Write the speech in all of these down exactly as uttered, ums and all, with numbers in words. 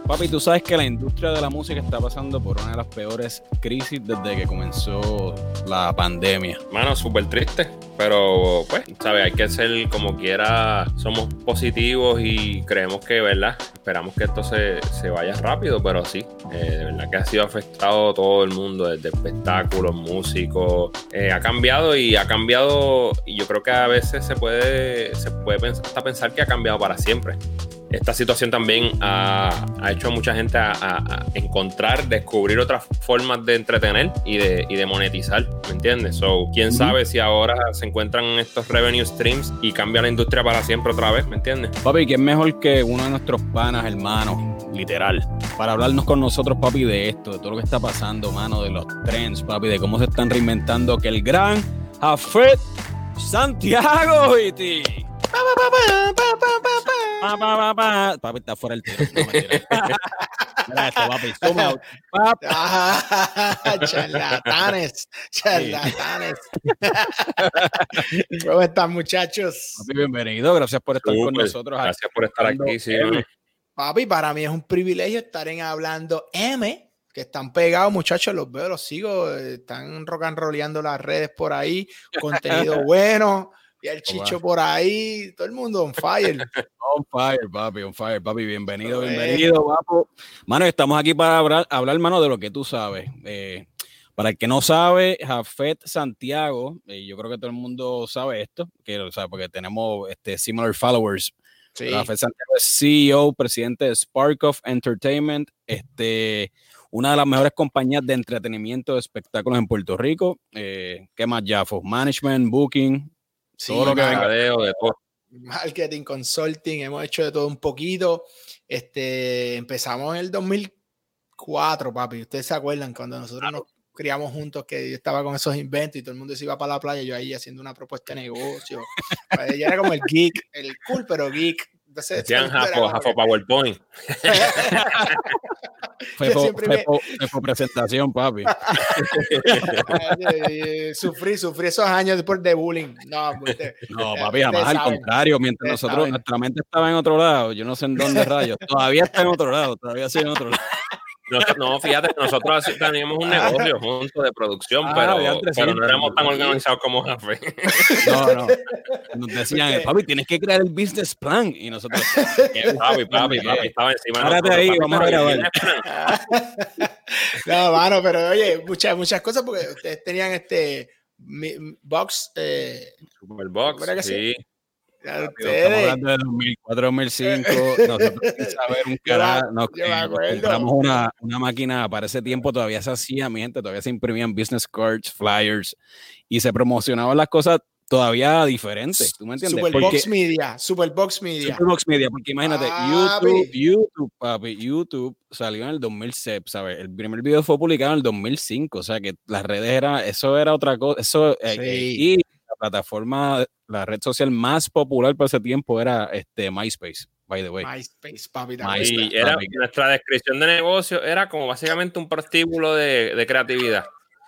Papi, tú sabes que la industria de la música está pasando por una de las peores crisis desde que comenzó la pandemia. Mano, súper triste, pero pues, ¿sabes? Hay que ser como quiera, somos positivos y creemos que, ¿verdad? Esperamos que esto se, se vaya rápido, pero sí, eh, de verdad que ha sido afectado todo el mundo, desde espectáculos, músicos, eh, ha cambiado y ha cambiado, y yo creo que a veces se puede, se puede pensar, hasta pensar que ha cambiado para siempre. Esta situación también ha, ha hecho a mucha gente a, a, a encontrar, descubrir otras formas de entretener y de, y de monetizar, ¿me entiendes? So, quién sabe si ahora se encuentran estos revenue streams y cambia la industria para siempre otra vez, ¿me entiendes? Papi, ¿quién mejor que uno de nuestros panas, hermanos, literal, para hablarnos con nosotros, papi, de esto, de todo lo que está pasando, mano, de los trends, papi, de cómo se están reinventando, que el gran Jafet Santiago, Iti. Pa, pa, pa, pa, pa, pa, pa, pa, pa. Papi, está fuera el tiro. No, mentira. Mira esto, papi. Zoom out. Pap. Ah, charlatanes, charlatanes. ¿Cómo están, muchachos? Papi, bienvenido. Gracias por estar Super. con nosotros. Gracias por estar aquí, sí. ¿No? Papi, para mí es un privilegio estar en Hablando M, que están pegados, muchachos, los veo, los sigo, están rock and rolleando las redes por ahí, contenido bueno. Y el Chicho por ahí, todo el mundo on fire. On fire, papi, on fire, papi. Bienvenido, bienvenido, papo. Mano, estamos aquí para hablar, hablar, mano, de lo que tú sabes. Eh, para el que no sabe, Jafet Santiago, eh, yo creo que todo el mundo sabe esto, que, o sea, porque tenemos este, similar followers. Sí. Jafet Santiago es C E O, presidente de Spark of Entertainment, este, una de las mejores compañías de entretenimiento de espectáculos en Puerto Rico. Eh, ¿Qué más, Jafo? Management, booking. Sí, todo lo que venga de, de todo. Marketing, consulting, hemos hecho de todo un poquito. Este, empezamos en el dos mil cuatro, papi. Ustedes se acuerdan cuando nosotros nos criamos juntos, que yo estaba con esos inventos y todo el mundo se iba para la playa, yo ahí haciendo una propuesta de negocio. Yo era como el geek, el cool, pero geek. Entonces, decían Jafo, Jafo PowerPoint. Fue, fue, me... fue, fue presentación, papi. sufrí, sufrí esos años después de bullying. No, usted, no papi, jamás, al contrario. Mientras nosotros, saben. Nuestra mente estaba en otro lado, yo no sé en dónde rayos, todavía está en otro lado, todavía sigue en otro lado. No, no, fíjate, nosotros teníamos un negocio juntos de producción, ah, pero, pero sí, no éramos tan organizados como Jafé. No, no. Nos decían, papi, tienes que crear el business plan. Y nosotros, ¿qué? Papi, papi, papi, estaba encima. Párate ahí, papi, vamos a grabar. No, mano, pero oye, muchas, muchas cosas, porque ustedes tenían este box. Eh, Superbox, sí. Claro, estamos hablando de dos mil cuatro dos mil cinco, nosotros sin saber un carajo, nos, eh, nos compramos una, una máquina, para ese tiempo todavía se hacía, mi gente, todavía se imprimían business cards, flyers, y se promocionaban las cosas todavía diferentes, ¿tú me entiendes? Superbox Media, Superbox Media. Superbox Media, porque imagínate, ah, YouTube, papi. YouTube, papi, YouTube salió en el dos mil seis, ¿sabes? El primer video fue publicado en el dos mil cinco, o sea que las redes eran, eso era otra cosa, eso, sí. eh, y la plataforma, la red social más popular por ese tiempo era este MySpace, by the way. MySpace, papi. MySpace, y era, papi. Nuestra descripción de negocio era como básicamente un prostíbulo de, de creatividad.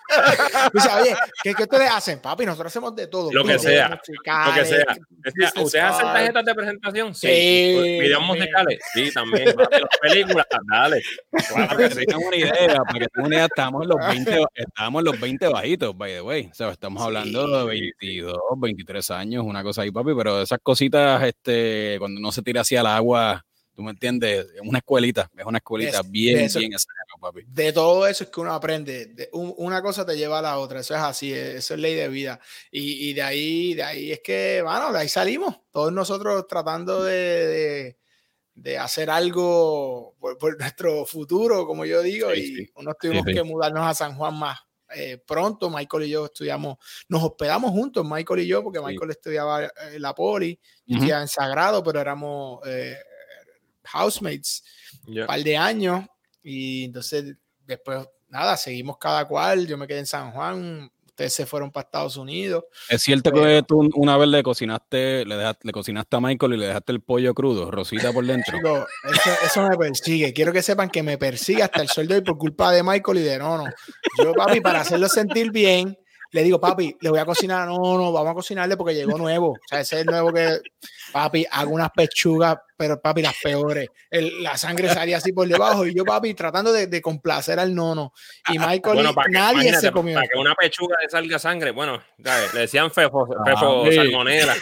O sea, oye, ¿qué, ¿qué ustedes hacen, papi? Nosotros hacemos de todo. Lo que sea, lo que sea. ¿Ustedes hacen tarjetas de presentación? Sí. sí ¿Videos musicales? Sí, también. Papi, las películas, dale. Claro, que tengan una idea, para que tengan una idea, estábamos en los veinte, estábamos en los veinte bajitos, by the way. O sea, estamos hablando sí. de veintidós, veintitrés años, una cosa ahí, papi, pero esas cositas, este, cuando uno se tira hacia el agua, ¿tú me entiendes? Es una escuelita, es una escuelita es, bien, eso, bien escena, papi. De todo eso es que uno aprende. De un, una cosa te lleva a la otra. Eso es así, eso es ley de vida. Y, y de ahí, de ahí es que, bueno, de ahí salimos. Todos nosotros tratando de, de, de hacer algo por, por nuestro futuro, como yo digo. Sí, y sí. Unos tuvimos sí, sí. que mudarnos a San Juan más eh, pronto. Michael y yo estudiamos, nos hospedamos juntos, Michael y yo, porque sí. Michael estudiaba en la Poli, yo uh-huh. estudiaba en Sagrado, pero éramos eh, housemates yeah. un par de años. Y entonces después, nada, seguimos cada cual. Yo me quedé en San Juan, ustedes se fueron para Estados Unidos. Es cierto pero, que tú una vez le cocinaste, le, dejaste, le cocinaste a Michael y le dejaste el pollo crudo, rosita por dentro. Chico, eso, eso me persigue. Quiero que sepan que me persigue hasta el sol de hoy por culpa de Michael y de Nono. Yo, papi, para hacerlo sentir bien, le digo, papi, le voy a cocinar. No, no, vamos a cocinarle porque llegó nuevo. O sea, ese es el nuevo que, papi, hago unas pechugas pero papi, las peores. El, la sangre salía así por debajo y yo, papi, tratando de, de complacer al nono. Y Michael, bueno, y, para que, nadie se comió. Para que una pechuga le salga sangre, bueno, ¿sabes? Le decían fefo, fefo ah, salmonela.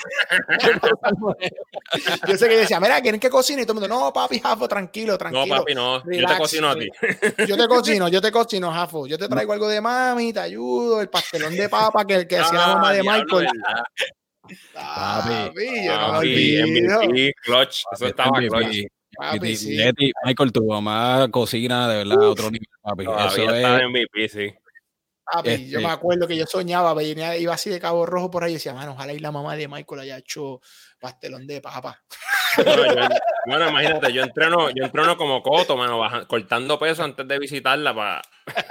Yo sé que decía, mira, ¿quieren que cocine? Y todo el mundo, no, papi, Jafo, tranquilo, tranquilo. No, papi, no, relax, yo te cocino a ti. Yo te cocino, yo te cocino, Jafo. Yo te traigo algo de mami, te ayudo, el pastelón de papa que, que hacía ah, la mamá de Michael. Papi, papi, yo no papi, M V P, clutch, eso estaba clutch. Papi, sí. Leti, Michael, tu mamá cocina de verdad a otro nivel, papi. Eso es M V P, sí. Papi, este... yo me acuerdo que yo soñaba, venía, iba así de Cabo Rojo por ahí y decía, mano, ojalá y la mamá de Michael haya hecho pastelón de papa. Bueno, yo, bueno imagínate, yo entreno, yo entreno como Coto, mano, baja, cortando peso antes de visitarla para.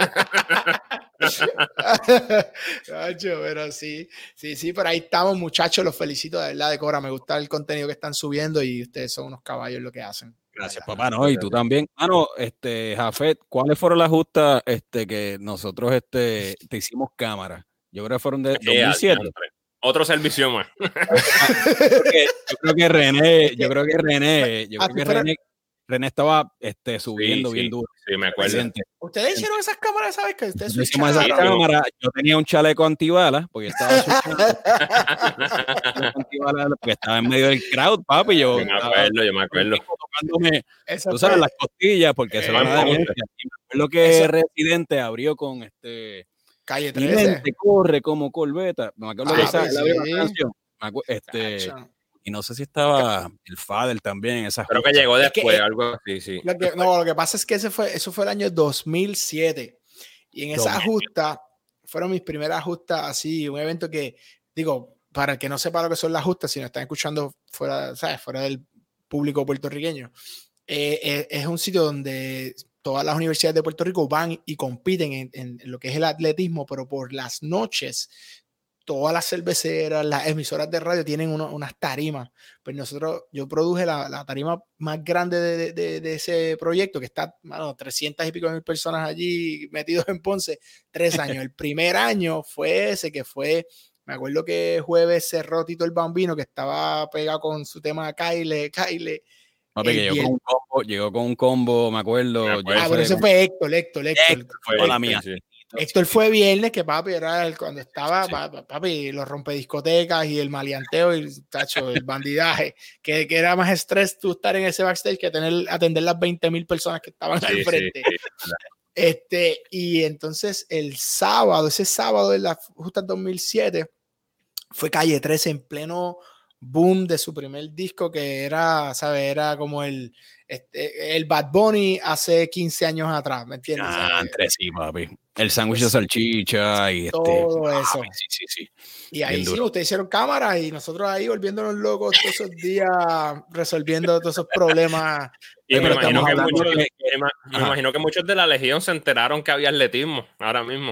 Pero sí, sí, sí, por ahí estamos, muchachos, los felicito de verdad, de Cora, me gusta el contenido que están subiendo y ustedes son unos caballos lo que hacen. Gracias, papá, no, y tú también. Mano, este, Jafet, ¿cuáles fueron las justas este, que nosotros este, te hicimos cámara? Yo creo que fueron de dos mil siete. Otro servicio más. yo, creo que, yo creo que René, yo creo que René, yo creo que René, René estaba este, subiendo sí, bien sí, duro. Sí, me acuerdo. Presente. ¿Ustedes hicieron esas cámaras, sabes? Que ustedes hicimos esas cámaras. Yo tenía un chaleco antibalas, porque estaba antibalas, porque estaba en medio del crowd, papi. Yo, yo me acuerdo, yo me acuerdo. Tocándome, tú sabes, las costillas, porque eh, se van a dar. Y me acuerdo que eso. Residente abrió con este. Calle trece. Te corre como corbeta. Me acuerdo que esa la canción. Este. Y no sé si estaba el Fader también. Esa Creo que llegó después, es que, algo así, sí. Lo que, no, lo que pasa es que ese fue, eso fue el año dos mil siete. Y en esa justa, fueron mis primeras justas así, un evento que, digo, para el que no sepa lo que son las justas, si no están escuchando fuera, ¿sabes? Fuera del público puertorriqueño, eh, eh, es un sitio donde todas las universidades de Puerto Rico van y compiten en, en, en lo que es el atletismo, pero por las noches todas las cerveceras, las emisoras de radio tienen uno, unas tarimas. Pues nosotros, yo produje la, la tarima más grande de, de, de ese proyecto, que está, mano, trescientas y pico mil personas allí metidos en Ponce, tres años. El primer año fue ese, que fue, me acuerdo que jueves cerró Tito el Bambino, que estaba pegado con su tema Kyle, Kyle. Papi, que llegó, con un combo, llegó con un combo, me acuerdo. Me acuerdo. Ah, pero ese fue Héctor, Héctor, Héctor. Héctor fue Héctor, la mía. Sí. Héctor fue viernes, que papi era el, cuando estaba, sí. papi, los rompediscotecas y el maleanteo y tacho, el bandidaje, que, que era más estrés tú estar en ese backstage que tener, atender las veinte mil personas que estaban sí, al frente. Sí, sí. Este, y entonces el sábado, ese sábado de la justa dos mil siete, fue Calle trece en pleno boom de su primer disco, que era, ¿sabes? Era como el, este, el Bad Bunny hace quince años atrás, ¿me entiendes? Ah, entre sí, papi. El sándwich de salchicha y todo este, eso. Papi, sí, sí, sí. Y ahí sí, ustedes hicieron cámaras y nosotros ahí volviéndonos locos todos esos días, resolviendo todos esos problemas. Y me, imagino que muchos, que, que, me imagino que muchos de la Legión se enteraron que había atletismo ahora mismo.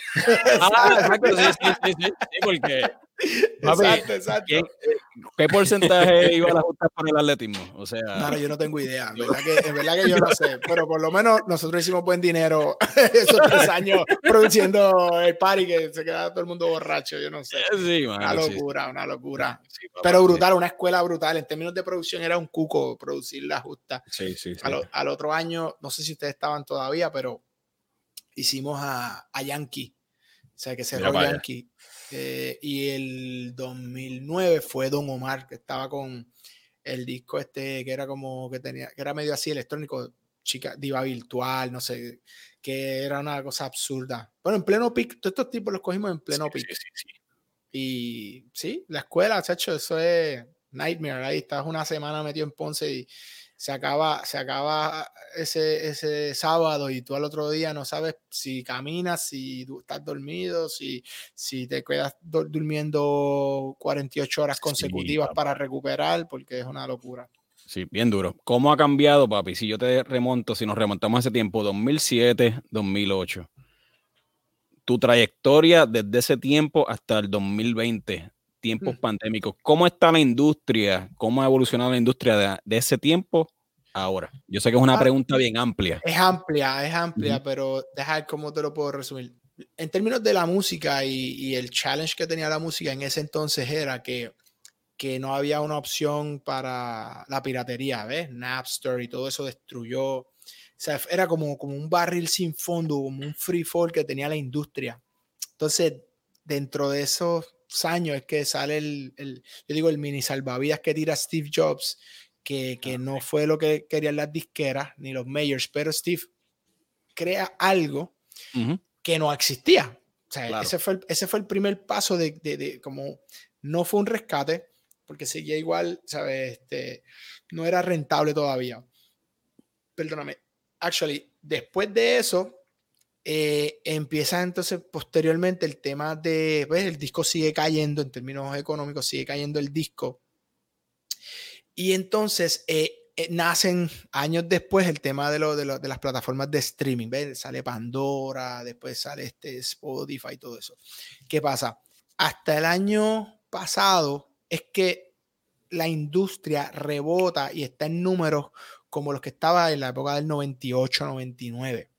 Ah, exacto, sí, sí, sí, sí, sí, porque... Papi, exacto, exacto. ¿qué, ¿Qué porcentaje iba a la justa por el atletismo? O sea, no, no, yo no tengo idea. En verdad, que, en verdad que yo no sé, pero por lo menos nosotros hicimos buen dinero esos tres años produciendo el party que se quedaba todo el mundo borracho. Yo no sé. Sí, man, una locura, sí. una locura. Sí, papá, pero brutal, sí. Una escuela brutal. En términos de producción era un cuco producir la justa. Sí, sí, sí. Al, al otro año, no sé si ustedes estaban todavía, pero hicimos a, a Yankee. O sea, que cerró Yankee. Eh, y el dos mil nueve fue Don Omar, que estaba con el disco este que era como que tenía, que era medio así electrónico, chica, diva virtual, no sé, que era una cosa absurda. Bueno, en pleno pic, todos estos tipos los cogimos en pleno sí, pic. Sí, sí, sí. Y sí, la escuela, chacho, eso es nightmare. Ahí estás una semana metido en Ponce y se acaba, se acaba ese, ese sábado y tú al otro día no sabes si caminas, si estás dormido, si, si te quedas durmiendo cuarenta y ocho horas consecutivas sí, para recuperar, porque es una locura. Sí, bien duro. ¿Cómo ha cambiado, papi? Si yo te remonto, si nos remontamos a ese tiempo, dos mil siete, dos mil ocho, tu trayectoria desde ese tiempo hasta el dos mil veinte, tiempos hmm. pandémicos, ¿cómo está la industria? ¿Cómo ha evolucionado la industria de, de ese tiempo ahora? Yo sé que es una ah, pregunta bien amplia. Es amplia, es amplia, uh-huh. pero dejar cómo te lo puedo resumir. En términos de la música y, y el challenge que tenía la música en ese entonces era que que no había una opción para la piratería, ¿ves? Napster y todo eso destruyó. O sea, era como, como un barril sin fondo, como un free fall que tenía la industria. Entonces, dentro de esos años es que sale el, el yo digo, el mini salvavidas que tira Steve Jobs, que, que no fue lo que querían las disqueras ni los majors, pero Steve crea algo uh-huh. que no existía. O sea, claro. ese, fue el, ese fue el primer paso de, de, de como no fue un rescate, porque seguía igual, ¿sabes? Este, no era rentable todavía. Perdóname. Actually, después de eso, eh, empieza entonces posteriormente el tema de, pues el disco sigue cayendo, en términos económicos, sigue cayendo el disco. Y entonces eh, eh, nacen años después el tema de, lo, de, lo, de las plataformas de streaming. ¿Ves? Sale Pandora, después sale este Spotify y todo eso. ¿Qué pasa? Hasta el año pasado es que la industria rebota y está en números como los que estaba en la época del noventa y ocho, noventa y nueve.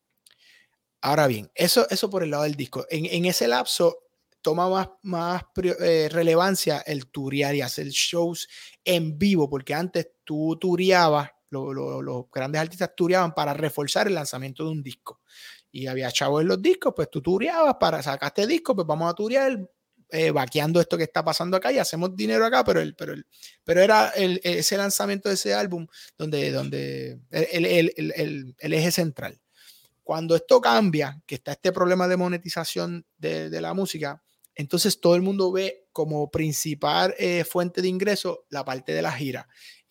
Ahora bien, eso, eso por el lado del disco. En, en ese lapso toma más, más eh, relevancia el turear y hacer shows en vivo, porque antes tú tureabas, lo, lo, los grandes artistas tureaban para reforzar el lanzamiento de un disco. Y había chavos en los discos, pues tú tureabas para sacaste disco, pues vamos a turear eh, vaqueando esto que está pasando acá y hacemos dinero acá, pero, el, pero, el, pero era el, ese lanzamiento de ese álbum donde, donde el, el, el, el, el eje central. Cuando esto cambia, que está este problema de monetización de, de la música, entonces todo el mundo ve como principal eh, fuente de ingreso la parte de las giras.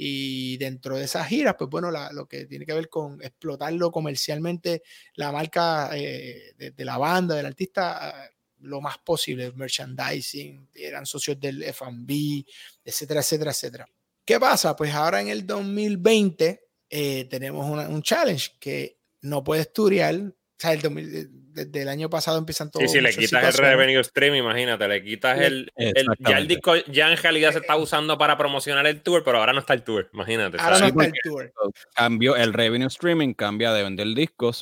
Y dentro de esas giras, pues bueno, la, lo que tiene que ver con explotarlo comercialmente, la marca eh, de, de la banda, del artista, eh, lo más posible, merchandising, eran socios del F and B, etcétera, etcétera, etcétera. ¿Qué pasa? Pues ahora en el dos mil veinte eh, tenemos una, un challenge que no puedes turear, o sea, el dos mil, desde el año pasado empiezan todos. Sí, si le quitas el revenue stream, imagínate, le quitas el, el ya el disco ya en realidad se está usando para promocionar el tour, pero ahora no está el tour, imagínate. Ahora ¿sabes? no está el tour. Cambió el revenue streaming, cambia de vender discos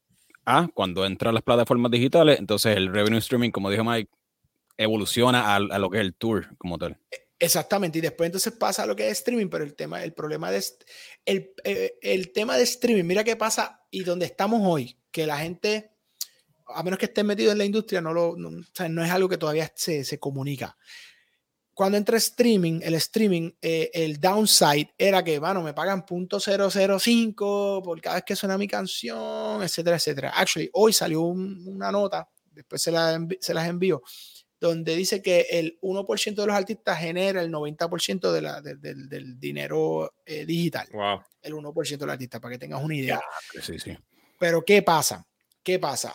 a cuando entran las plataformas digitales, entonces el revenue streaming, como dijo Mike, evoluciona a, a lo que es el tour como tal. Exactamente, y después entonces pasa a lo que es streaming, pero el tema, el problema de el, el, el tema de streaming, mira qué pasa y donde estamos hoy, que la gente, a menos que esté metido en la industria, no, lo, no, o sea, no es algo que todavía se, se comunica. Cuando entra streaming, el streaming, eh, el downside era que, bueno, me pagan punto cero cero cinco por cada vez que suena mi canción, etcétera, etcétera. Actually, hoy salió un, una nota, después se, la envi se las envío, donde dice que el uno por ciento de los artistas genera el noventa por ciento de la, de, de, del dinero eh, digital. Wow. El uno por ciento de los artistas, para que tengas una idea. Sí, sí. Pero ¿qué pasa? ¿Qué pasa?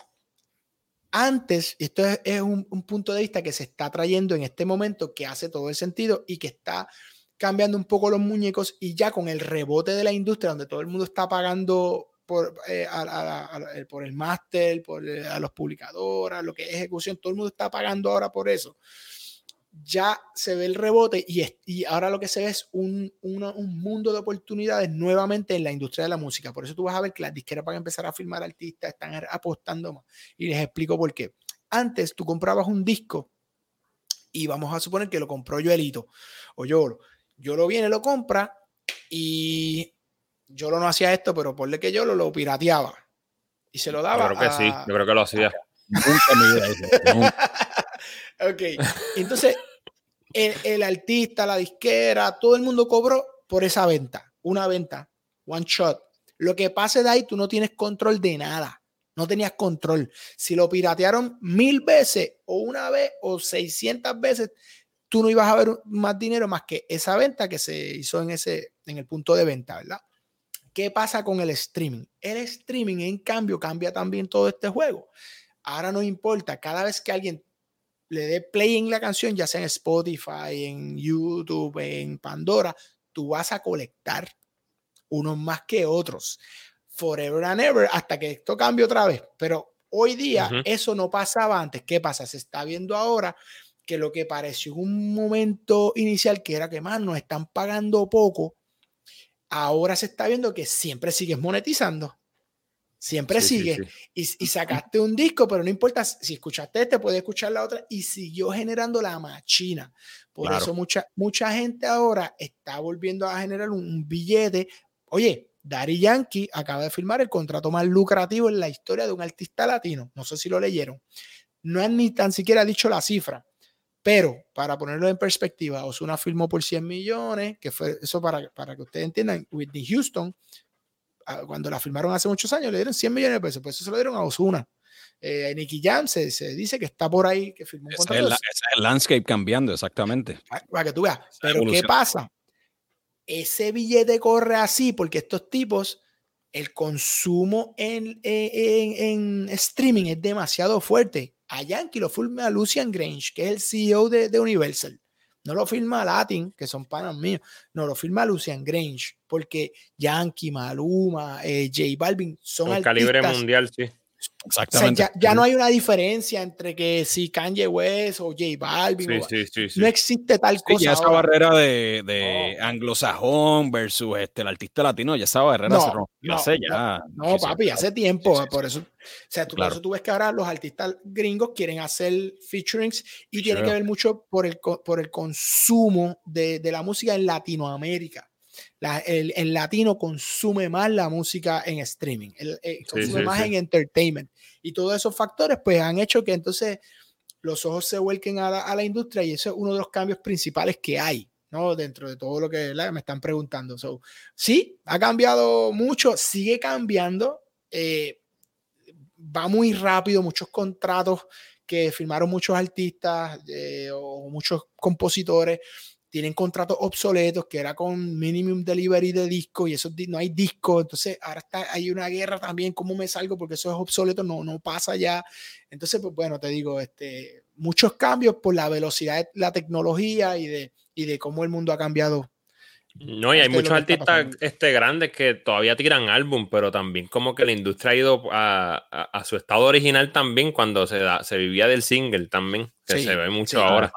Antes, esto es, es un, un punto de vista que se está trayendo en este momento, que hace todo el sentido y que está cambiando un poco los muñecos, y ya con el rebote de la industria, donde todo el mundo está pagando por, eh, a, a, a, por el máster, por eh, a los publicadores, lo que es ejecución, todo el mundo está pagando ahora por eso. Ya se ve el rebote y, es, y ahora lo que se ve es un, una, un mundo de oportunidades nuevamente en la industria de la música. Por eso tú vas a ver que las disqueras van a empezar a firmar artistas, están apostando más. Y les explico por qué. Antes tú comprabas un disco y vamos a suponer que lo compró Joelito o Yolo. Yolo viene, lo compra y Yolo no hacía esto, pero ponle que Yolo lo pirateaba y se lo daba. Yo creo que a... sí, yo creo que lo hacía. Nunca me iba a eso. Ok, entonces el, el artista, la disquera, todo el mundo cobró por esa venta, una venta, one shot. Lo que pase de ahí, tú no tienes control de nada, no tenías control. Si lo piratearon mil veces o una vez o seiscientas veces, tú no ibas a ver más dinero más que esa venta que se hizo en, ese, en el punto de venta, ¿verdad? ¿Qué pasa con el streaming? El streaming, en cambio, cambia también todo este juego. Ahora no importa, cada vez que alguien le dé play en la canción, ya sea en Spotify, en YouTube, en Pandora, tú vas a colectar unos más que otros. Forever and ever, hasta que esto cambie otra vez. Pero hoy día uh-huh. eso no pasaba antes. ¿Qué pasa? Se está viendo ahora que lo que pareció un momento inicial, que era que más nos están pagando poco, ahora se está viendo que siempre sigues monetizando. Siempre Sí, sigue. sí, sí. Y, y sacaste un disco, pero no importa si escuchaste este, puedes escuchar la otra. Y siguió generando la machina. Por Claro. eso mucha, mucha gente ahora está volviendo a generar un, un billete. Oye, Daddy Yankee acaba de firmar el contrato más lucrativo en la historia de un artista latino. No sé si lo leyeron. No han ni tan siquiera dicho la cifra. Pero, para ponerlo en perspectiva, Ozuna firmó por cien millones, que fue eso para, para que ustedes entiendan, Whitney Houston, cuando la firmaron hace muchos años, le dieron cien millones de pesos, pues eso se lo dieron a Ozuna. Eh, Nicky Jam se, se dice que está por ahí, que firmó un Ese contrato. es, la, ese es el landscape cambiando, exactamente. Para, para que tú veas. Pero ¿qué pasa? Ese billete corre así porque estos tipos, el consumo en, en, en streaming es demasiado fuerte. A Yankee lo firma Lucian Grange, que es el C E O de, de Universal. No lo firma Latin, que son panas míos. No, lo firma Lucian Grange, porque Yankee, Maluma, eh, J Balvin son Un artistas. calibre mundial, sí. Exactamente. O sea, ya, ya no hay una diferencia entre que si Kanye West o J Balvin. Sí, o, sí, sí, sí. No existe tal sí, cosa ya esa ahora. barrera de, de oh. anglosajón versus este, el artista latino, ya esa barrera no, se rompió no, hace ya. No, no papi, hace tiempo. Sí, sí, por sí. eso, o sea, tú, Claro. por eso tú ves que ahora los artistas gringos quieren hacer featurings y Sure. tiene que ver mucho por el, por el consumo de, de la música en Latinoamérica. La, el, el latino consume más la música en streaming, el, el, consume sí, más sí. en entertainment. Y todos esos factores pues han hecho que entonces los ojos se vuelquen a la, a la industria, y eso es uno de los cambios principales que hay, ¿no? Dentro de todo lo que, ¿verdad?, me están preguntando. So, sí, ha cambiado mucho, sigue cambiando, eh, va muy rápido, muchos contratos que firmaron muchos artistas eh, o muchos compositores tienen contratos obsoletos, que era con minimum delivery de disco, y eso no hay disco. Entonces ahora está, hay una guerra también, ¿cómo me salgo? Porque eso es obsoleto, no, no pasa ya. Entonces, pues bueno, te digo, este, muchos cambios por la velocidad de la tecnología y de, y de cómo el mundo ha cambiado. No, y hay muchos artistas este, grandes que todavía tiran álbum, pero también como que la industria ha ido a, a, a su estado original también, cuando se, da, se vivía del single también, que sí, se ve mucho sí, ahora.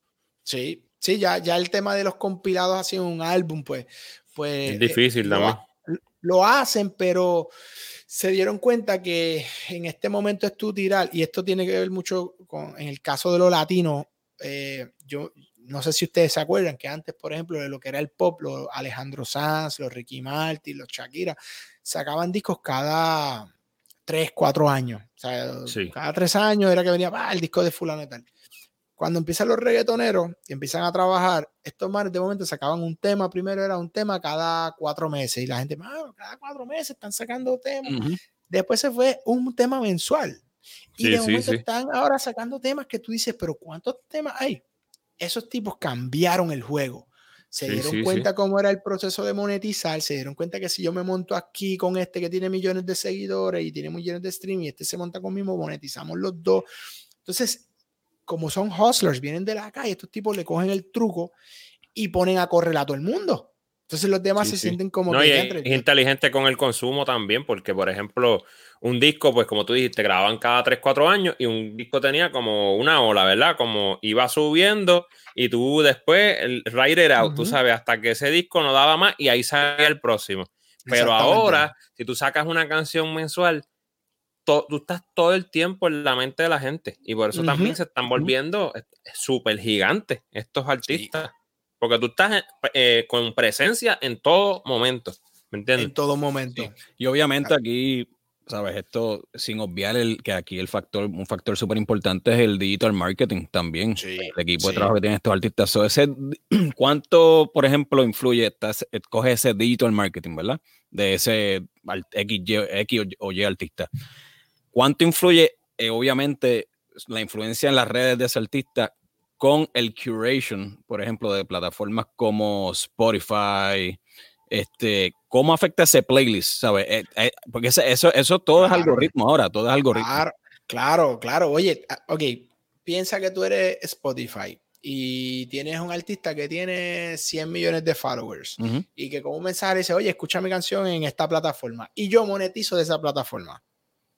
Sí, sí, ya, ya el tema de los compilados haciendo un álbum, pues, pues es difícil eh, también. Lo, lo hacen, pero se dieron cuenta que en este momento es tú tirar, y esto tiene que ver mucho con, en el caso de los latinos, eh, yo no sé si ustedes se acuerdan que antes, por ejemplo, de lo que era el pop, los Alejandro Sanz, los Ricky Martin, los Shakira, sacaban discos cada tres, cuatro años. O sea, sí. cada tres años era que venía ah, el disco de fulano y tal. Cuando empiezan los reggaetoneros y empiezan a trabajar, estos manes de momento sacaban un tema, primero era un tema cada cuatro meses, y la gente, ah, cada cuatro meses están sacando temas. Uh-huh. Después se fue un tema mensual. Y sí, de momento sí, sí. están ahora sacando temas que tú dices, pero ¿cuántos temas hay? Esos tipos cambiaron el juego. Se sí, dieron sí, cuenta sí. cómo era el proceso de monetizar, se dieron cuenta que si yo me monto aquí con este que tiene millones de seguidores y tiene millones de streaming, y este se monta conmigo, monetizamos los dos. Entonces, como son hustlers, vienen de la calle, estos tipos le cogen el truco y ponen a correr a todo el mundo. Entonces los demás sí, se sí. sienten como no, que... Y es, entre... es inteligente con el consumo también, porque por ejemplo, un disco, pues como tú dijiste, grababan cada tres, cuatro años, y un disco tenía como una ola, ¿verdad? Como iba subiendo y tú después, el ride it out, uh-huh. tú sabes, hasta que ese disco no daba más y ahí salía el próximo. Pero ahora, si tú sacas una canción mensual, To, tú estás todo el tiempo en la mente de la gente, y por eso uh-huh, también se están volviendo uh-huh. súper gigantes estos artistas, sí. porque tú estás eh, con presencia en todo momento, ¿me entiendes? En todo momento. Sí. Y obviamente aquí, sabes, esto sin obviar el que aquí el factor, un factor súper importante es el digital marketing también, sí, el equipo sí. de trabajo que tienen estos artistas. So, ese, ¿cuánto, por ejemplo, influye, estás, coge ese digital marketing, ¿verdad? De ese X, Y, X o Y artista. ¿Cuánto influye, eh, obviamente, la influencia en las redes de ese artista con el curation, por ejemplo, de plataformas como Spotify? Este, ¿cómo afecta ese playlist? ¿Sabes? Eh, eh, porque ese, eso, eso todo claro, es algoritmo ahora, todo es algoritmo. Claro, claro, claro. Oye, ok, piensa que tú eres Spotify y tienes un artista que tiene cien millones de followers uh-huh. y que con un mensaje dice, oye, escucha mi canción en esta plataforma, y yo monetizo de esa plataforma.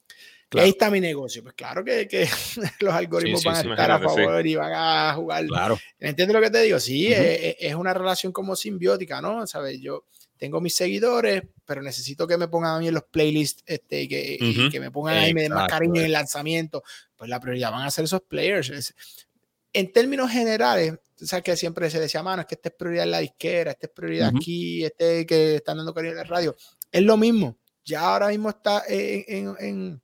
Claro. Ahí está mi negocio. Pues claro que, que los algoritmos sí, sí, van a sí, estar a favor sí. y van a jugar. Claro. ¿Entiendes lo que te digo? Sí, uh-huh. es, es una relación como simbiótica, ¿no? ¿Sabes? Yo tengo mis seguidores, pero necesito que me pongan a mí en los playlists este, y, que, uh-huh. y que me pongan ahí, me den más cariño en el lanzamiento. Pues la prioridad van a ser esos players. Es, en términos generales, tú sabes que siempre se decía, mano, es que esta es prioridad en la disquera, esta es prioridad uh-huh. aquí, este que están dando cariño en la radio. Es lo mismo. Ya ahora mismo está en, en, en,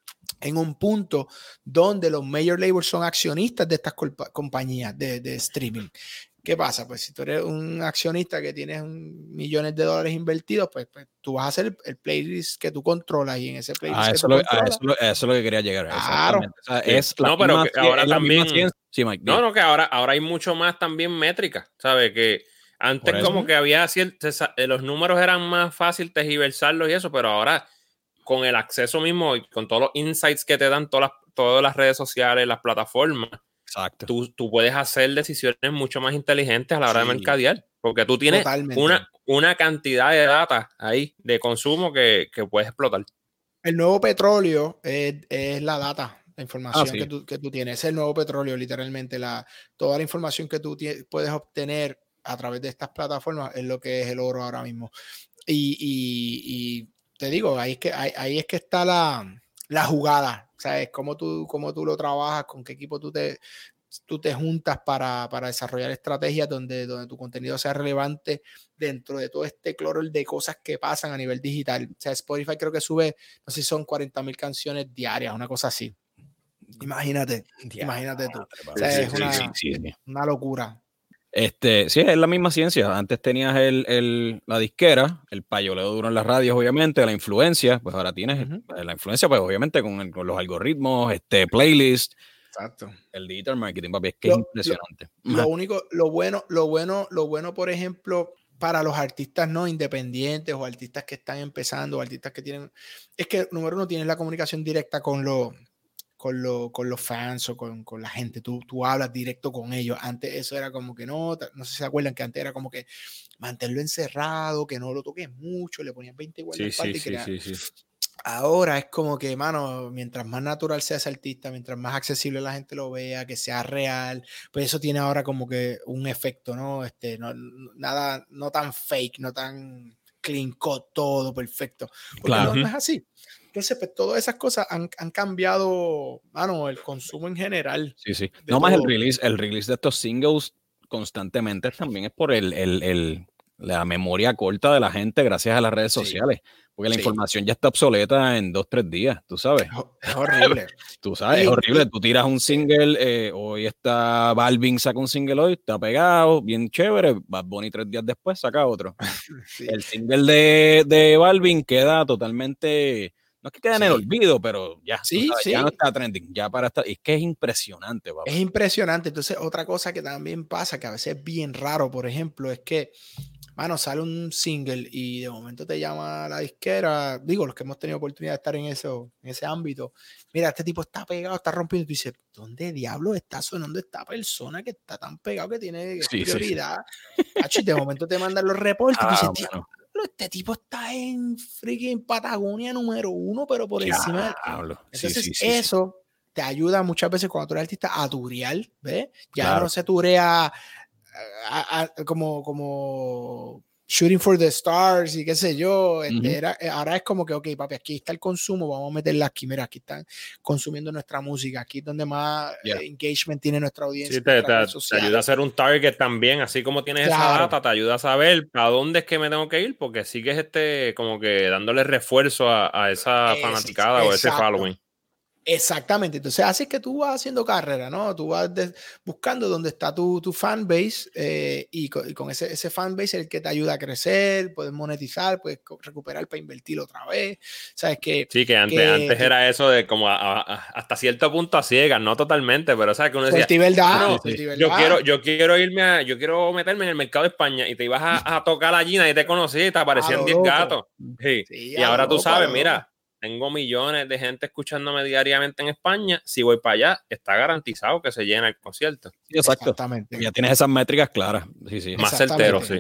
en un punto donde los major labels son accionistas de estas compa- compañías de, de streaming. ¿Qué pasa? Pues si tú eres un accionista que tienes un, millones de dólares invertidos, pues, pues tú vas a hacer el, el playlist que tú controlas y en ese playlist ah, que eso, tú lo, controlas. Eso, lo, eso es lo que quería llegar. Claro. O sea, sí. es la no, pero misma, que ahora es también. Sí, Mike, no, no, que ahora, ahora hay mucho más también métrica, ¿sabes? Que antes como que había ciertos, los números eran más fácil tergiversarlos y eso, pero ahora con el acceso mismo y con todos los insights que te dan todas las, todas las redes sociales, las plataformas, exacto. Tú, tú puedes hacer decisiones mucho más inteligentes a la hora sí. de mercadear, porque tú tienes una, una cantidad de data ahí de consumo que, que puedes explotar. El nuevo petróleo es, es la data, la información ah, sí. que, tú, que tú tienes. Es el nuevo petróleo, literalmente. La, toda la información que tú tienes, puedes obtener a través de estas plataformas es lo que es el oro ahora mismo. Y, y, y te digo, ahí es que, ahí, ahí es que está la, la jugada. ¿Sabes? Cómo tú, cómo tú lo trabajas, con qué equipo tú te, tú te juntas para, para desarrollar estrategias donde, donde tu contenido sea relevante dentro de todo este cloro de cosas que pasan a nivel digital. O sea, Spotify creo que sube, no sé si son cuarenta mil canciones diarias, una cosa así. Imagínate, yeah, imagínate tú. O sea, es una, sí, sí, sí. una locura. Este, sí, es la misma ciencia. Antes tenías el, el, la disquera, el payoleo duro en las radios, obviamente, la influencia, pues ahora tienes uh-huh. la influencia, pues obviamente con, el, con los algoritmos, este playlist. Exacto. El digital marketing, papi, es que lo, es impresionante. Lo, lo único, lo bueno, lo bueno, lo bueno, por ejemplo, para los artistas no independientes o artistas que están empezando o artistas que tienen, es que número uno tienes la comunicación directa con los con, lo, con los fans o con, con la gente, tú, tú hablas directo con ellos. Antes eso era como que no, no sé si se acuerdan que antes era como que mantenerlo encerrado, que no lo toques mucho, le ponían veinte iguales sí, sí, sí, sí, sí, sí. Ahora es como que, mano, mientras más natural sea ese artista, mientras más accesible la gente lo vea, que sea real, pues eso tiene ahora como que un efecto, ¿no? Este, no, nada, no tan fake, no tan clean cut, todo perfecto. Porque claro. no, no es así. Entonces, pues todas esas cosas han, han cambiado, mano, el consumo en general. Sí, sí. No todo. Más el release, el release de estos singles constantemente también es por el, el, el, la memoria corta de la gente gracias a las redes sí. sociales. Porque la sí. información ya está obsoleta en dos, tres días, tú sabes. Es horrible. Tú sabes, sí, es horrible. Sí. Tú tiras un single, eh, hoy está Balvin, saca un single hoy, está pegado, bien chévere. Bad Bunny tres días después saca otro. Sí. El single de, de Balvin queda totalmente, no es que quede sí. en el olvido, pero ya, sí, sabes, sí. ya no está trending, ya para estar. Es que es impresionante, papá. Es impresionante. Entonces, otra cosa que también pasa, que a veces es bien raro, por ejemplo, es que mano, sale un single y de momento te llama la disquera, digo, los que hemos tenido oportunidad de estar en, eso, en ese ámbito, mira, este tipo está pegado, está rompiendo, y tú dices, ¿dónde diablos está sonando esta persona que está tan pegado que tiene sí, prioridad? Sí, sí. Y de momento te mandan los reportes ah, y tú dices, tío, este tipo está en freaking Patagonia número uno, pero por ya, encima de... Entonces sí, sí, sí, eso sí. te ayuda muchas veces cuando tú eres artista a turear, ¿ves? Ya claro. no se turea A, a, como, como Shooting for the Stars y qué sé yo, este, uh-huh. era, ahora es como que, ok, papi, aquí está el consumo, vamos a meterla aquí, mira, aquí están consumiendo nuestra música, aquí es donde más yeah. engagement tiene nuestra audiencia. Sí, te, te, te ayuda a hacer un target también, así como tienes claro. esa data, te ayuda a saber a dónde es que me tengo que ir, porque sigues este, como que dándole refuerzo a, a esa es, fanaticada exacto. o ese following. Exactamente, entonces así es que tú vas haciendo carrera, ¿no? Tú vas de, buscando dónde está tu, tu fanbase eh, y, con, y con ese, ese fanbase el que te ayuda a crecer, puedes monetizar, puedes recuperar para invertir otra vez, ¿sabes? Que, sí, que antes, que, antes que, era eso de como a, a, a, hasta cierto punto a ciegas, no totalmente, pero ¿sabes? Que uno decía, verdad, no, sí, sí. yo quiero yo quiero irme a, yo quiero meterme en el mercado de España y te ibas a, a tocar la Gina y te conocí y te aparecían diez gatos. Sí. Sí, y ahora tú loco, sabes, mira, tengo millones de gente escuchándome diariamente en España. Si voy para allá, está garantizado que se llena el concierto. Sí, exacto. Exactamente. Ya tienes esas métricas claras. Sí, sí. Más certero, sí.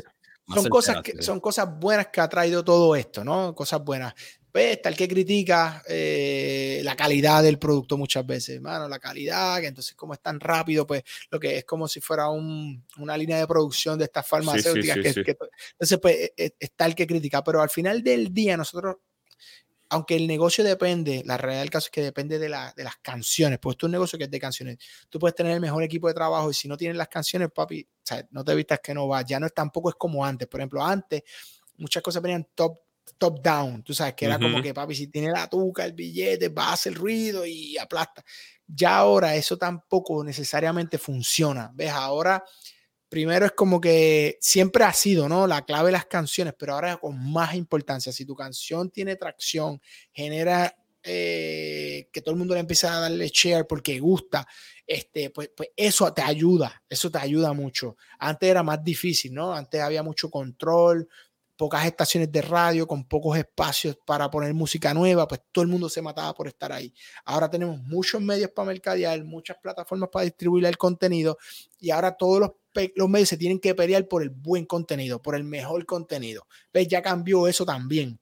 son, cosas que, son cosas buenas que ha traído todo esto, ¿no? Cosas buenas. Pues está el que critica eh, la calidad del producto muchas veces, mano, la calidad, que entonces como es tan rápido, pues lo que es como si fuera un, una línea de producción de estas farmacéuticas. Sí, sí, sí, que, sí. Que, entonces, pues está el que critica, pero al final del día nosotros, aunque el negocio depende, la realidad del caso es que depende de, la, de las canciones, pues esto es un negocio que es de canciones. Tú puedes tener el mejor equipo de trabajo y si no tienes las canciones, papi, o sea, no te vistas que no va. Ya no es tampoco es como antes. Por ejemplo, antes muchas cosas venían top top down, tú sabes, que era uh-huh. como que papi, si tiene la tuca, el billete, va a hacer ruido y aplasta. Ya ahora eso tampoco necesariamente funciona, ¿ves? Ahora, primero es como que siempre ha sido, ¿no? La clave de las canciones, pero ahora con más importancia. Si tu canción tiene tracción, genera eh, que todo el mundo le empieza a darle share porque gusta, este, pues, pues eso te ayuda, eso te ayuda mucho. Antes era más difícil, ¿no? Antes había mucho control, pocas estaciones de radio con pocos espacios para poner música nueva, pues todo el mundo se mataba por estar ahí. Ahora tenemos muchos medios para mercadear, muchas plataformas para distribuir el contenido y ahora todos los, los medios se tienen que pelear por el buen contenido, por el mejor contenido. ¿Ves? Ya cambió eso también.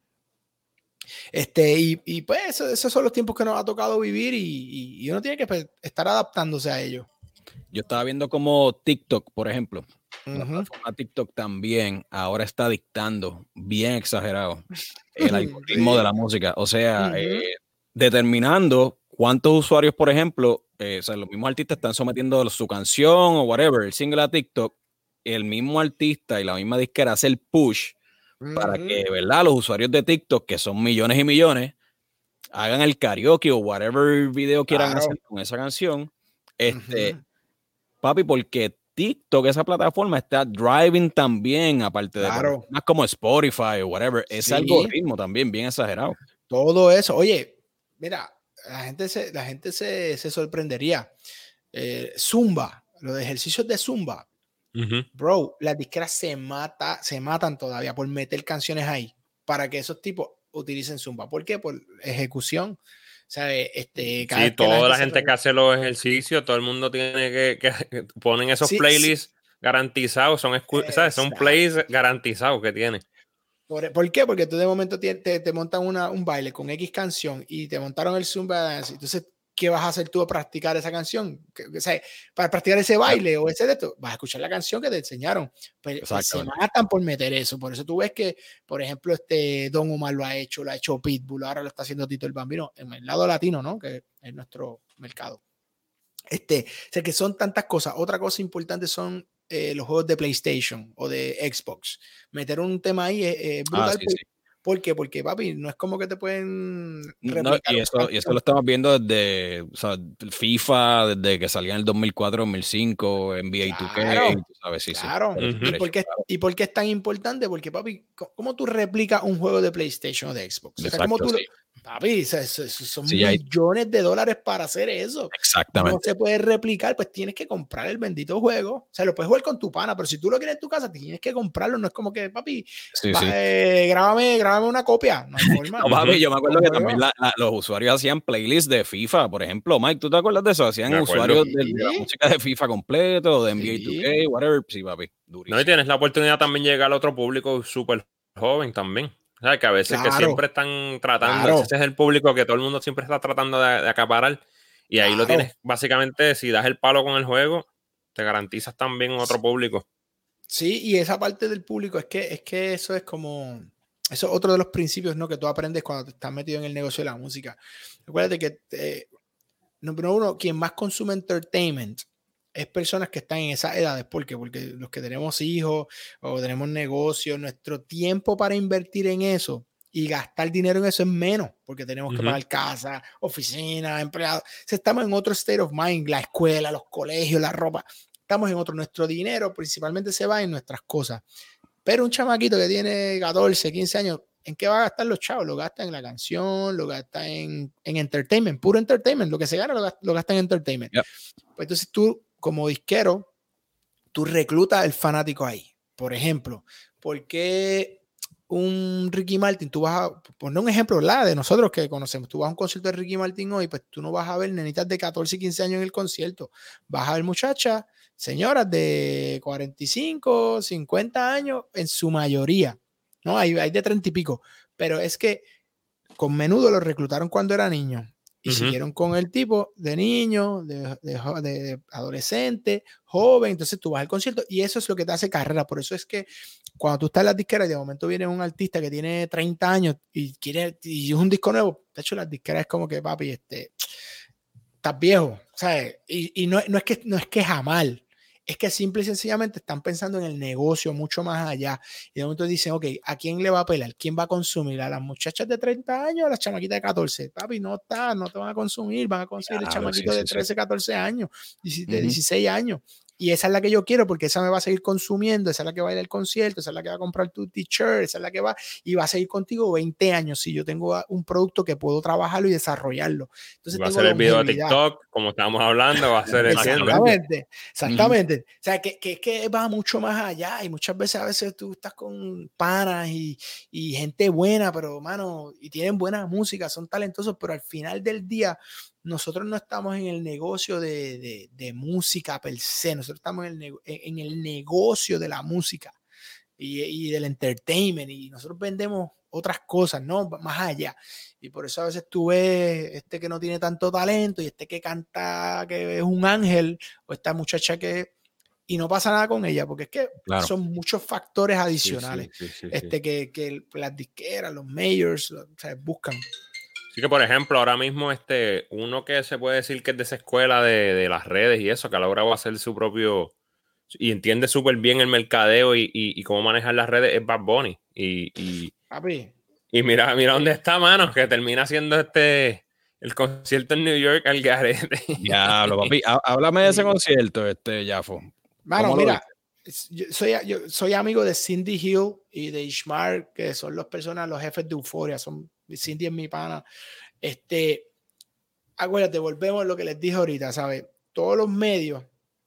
Este, y, y pues eso, esos son los tiempos que nos ha tocado vivir y, y, y uno tiene que pues, estar adaptándose a ellos. Yo estaba viendo como TikTok, por ejemplo, uh-huh. la plataforma TikTok también ahora está dictando bien exagerado el algoritmo sí. de la música, o sea, uh-huh. eh, determinando cuántos usuarios, por ejemplo, eh, o sea, los mismos artistas están sometiendo su canción o whatever, el single a TikTok, el mismo artista y la misma disquera hace el push uh-huh. para que, ¿verdad?, los usuarios de TikTok, que son millones y millones, hagan el karaoke o whatever video quieran claro. hacer con esa canción, este... Uh-huh. Papi, porque TikTok, esa plataforma, está driving también, aparte de claro. más como Spotify o whatever, ese sí. algoritmo también bien exagerado. Todo eso. Oye, mira, la gente se, la gente se, se sorprendería. Eh, Zumba, los ejercicios de Zumba. Uh-huh. Bro, las disqueras se, mata, se matan todavía por meter canciones ahí para que esos tipos utilicen Zumba. ¿Por qué? Por ejecución. O sea, este, cada sí, toda la gente, gente que hace los ejercicios, todo el mundo tiene que, que, que ponen esos sí, playlists sí. garantizados, son, ¿sabes? son playlists garantizados que tiene. ¿Por, ¿Por qué? Porque tú de momento te, te, te montan una, un baile con X canción y te montaron el Zumba Dance. Entonces, ¿qué vas a hacer tú a practicar esa canción? O sea, para practicar ese baile o ese de esto, vas a escuchar la canción que te enseñaron. Pues, pues se matan por meter eso. Por eso tú ves que, por ejemplo, este Don Omar lo ha hecho, lo ha hecho Pitbull, ahora lo está haciendo Tito el Bambino en el lado latino, ¿no? Que es nuestro mercado. Este, o sea, que son tantas cosas. Otra cosa importante son eh, los juegos de PlayStation o de Xbox. Meter un tema ahí es eh, brutal. Ah, sí, sí. ¿Por qué? Porque, papi, no es como que te pueden replicar. No, y, eso, y eso lo estamos viendo desde o sea, FIFA, desde que salía en el dos mil cuatro, dos mil cinco, N B A claro, dos K, ¿sabes? Sí, claro. sí. Uh-huh. ¿Y, por qué, ¿Y por qué es tan importante? Porque, papi, ¿cómo tú replicas un juego de PlayStation o de Xbox? O sea, Exacto, ¿cómo tú sí. lo, papi, son sí, millones hay... de dólares para hacer eso. Exactamente. No se puede replicar, pues tienes que comprar el bendito juego. O sea, lo puedes jugar con tu pana, pero si tú lo quieres en tu casa, tienes que comprarlo. No es como que, papi, sí, va, sí. Eh, grábame, grábame una copia. No hay forma. No, papi, yo me acuerdo que también la, la, los usuarios hacían playlists de FIFA, por ejemplo. Mike, ¿tú te acuerdas de eso? Hacían usuarios de, de la música de FIFA completo, de N B A sí. dos K, whatever. Sí, papi, durísimo. No, y tienes la oportunidad también de llegar a otro público súper joven también. O sea, que a veces claro. que siempre están tratando, claro. ese es el público que todo el mundo siempre está tratando de, de acaparar. Y ahí claro. lo tienes, básicamente, si das el palo con el juego, te garantizas también otro público. Sí, y esa parte del público, es que, es que eso es como... Eso es otro de los principios, ¿no? Que tú aprendes cuando te estás metido en el negocio de la música. Recuérdate que, eh, número uno, quien más consume entertainment es personas que están en esas edades. ¿Por qué? Porque los que tenemos hijos o tenemos negocios, nuestro tiempo para invertir en eso y gastar dinero en eso es menos, porque tenemos uh-huh. que pagar casa, oficina, empleados. O sea, estamos en otro state of mind, la escuela, los colegios, la ropa. Estamos en otro. Nuestro dinero principalmente se va en nuestras cosas. Pero un chamaquito que tiene catorce, quince años, ¿en qué va a gastar los chavos? Lo gasta en la canción, lo gasta en, en entertainment, puro entertainment. Lo que se gana lo gasta, lo gasta en entertainment. Yep. Pues entonces tú, como disquero, tú reclutas el fanático ahí. Por ejemplo, ¿por qué un Ricky Martin, tú vas a poner un ejemplo, ¿verdad? De nosotros que conocemos, tú vas a un concierto de Ricky Martin hoy, pues tú no vas a ver nenitas de catorce y quince años en el concierto, vas a ver muchachas, señoras de cuarenta y cinco, cincuenta años en su mayoría, ¿no? Hay, hay de treinta y pico, pero es que con Menudo lo reclutaron cuando era niño y uh-huh. siguieron con el tipo de niño, de, de, de, de adolescente, joven, entonces tú vas al concierto y eso es lo que te hace carrera, por eso es que cuando tú estás en las disqueras y de momento viene un artista que tiene treinta años y quiere y es un disco nuevo, de hecho las disqueras es como que papi, este, estás viejo, ¿sabes? Y, y no, no, es que, no es que mal, es que simple y sencillamente están pensando en el negocio mucho más allá. Y de momento dicen, ok, ¿a quién le va a pelar? ¿Quién va a consumir? ¿A las muchachas de treinta años o a las chamaquitas de catorce? Papi, no está, no te van a consumir, van a conseguir claro, el chamaquito sí, sí, de trece, sí. catorce años, de dieciséis uh-huh. años. Y esa es la que yo quiero porque esa me va a seguir consumiendo, esa es la que va a ir al concierto, esa es la que va a comprar tu t-shirt, esa es la que va y va a seguir contigo veinte años si yo tengo un producto que puedo trabajarlo y desarrollarlo. Entonces va tengo a ser el video de TikTok, como estábamos hablando, va a ser el Exactamente, exactamente. Uh-huh. O sea, que, que, que va mucho más allá y muchas veces a veces tú estás con panas y, y gente buena, pero, mano, y tienen buena música, son talentosos, pero al final del día nosotros no estamos en el negocio de, de, de música per se, nosotros estamos en el, en el negocio de la música y, y del entertainment y nosotros vendemos otras cosas, ¿no? Más allá. Y por eso a veces tú ves este que no tiene tanto talento y este que canta que es un ángel o esta muchacha que... y no pasa nada con ella, porque es que claro. son muchos factores adicionales sí, sí, sí, sí, este sí. Que, que las disqueras, los majors, los, o sea, buscan. Así que, por ejemplo, ahora mismo este, uno que se puede decir que es de esa escuela de, de las redes y eso, que a la hora va a hacer su propio... y entiende súper bien el mercadeo y, y, y cómo manejar las redes es Bad Bunny. Y, y, Papi. y mira, mira dónde está, mano, que termina haciendo este el concierto en New York al garete. Diablo, papi. Háblame de ese concierto, este, Jafo. Mano, mira, yo soy, yo soy amigo de Cindy Hill y de Ishmar, que son las personas, los jefes de Euphoria, son Cindy es mi pana. Este, acuérdate, volvemos a lo que les dije ahorita, ¿sabes? Todos los medios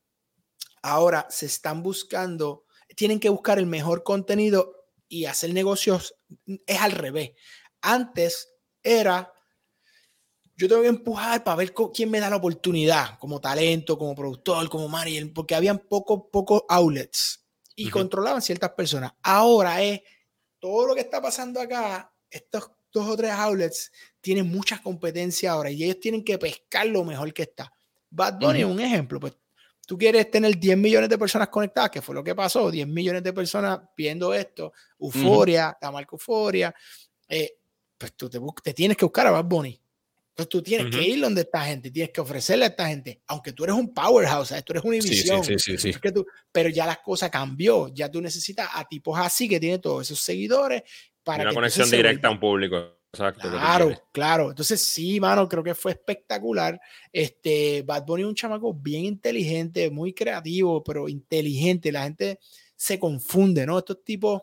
ahora se están buscando, tienen que buscar el mejor contenido y hacer negocios, es al revés. Antes era, yo tengo que empujar para ver quién me da la oportunidad, como talento, como productor, como manager, porque habían pocos pocos outlets y uh-huh. controlaban ciertas personas. Ahora es todo lo que está pasando acá, estos dos o tres outlets tienen mucha competencia ahora y ellos tienen que pescar lo mejor que está. Bad Bunny es uh-huh. un ejemplo, pues tú quieres tener diez millones de personas conectadas, que fue lo que pasó, diez millones de personas viendo esto, Euphoria, uh-huh. la marca Euphoria, eh, pues tú te, te tienes que buscar a Bad Bunny. Entonces tú tienes uh-huh. que ir donde esta gente, tienes que ofrecerle a esta gente, aunque tú eres un powerhouse, ¿sabes? Tú eres una división, sí, sí, sí, sí, sí. tú, pero ya las cosas cambió, ya tú necesitas a tipos así que tienen todos esos seguidores para una que conexión directa a un público. Exacto. Claro, claro. Entonces sí, mano, creo que fue espectacular. Este, Bad Bunny es un chamaco bien inteligente, muy creativo, pero inteligente. La gente se confunde, ¿no? Estos tipos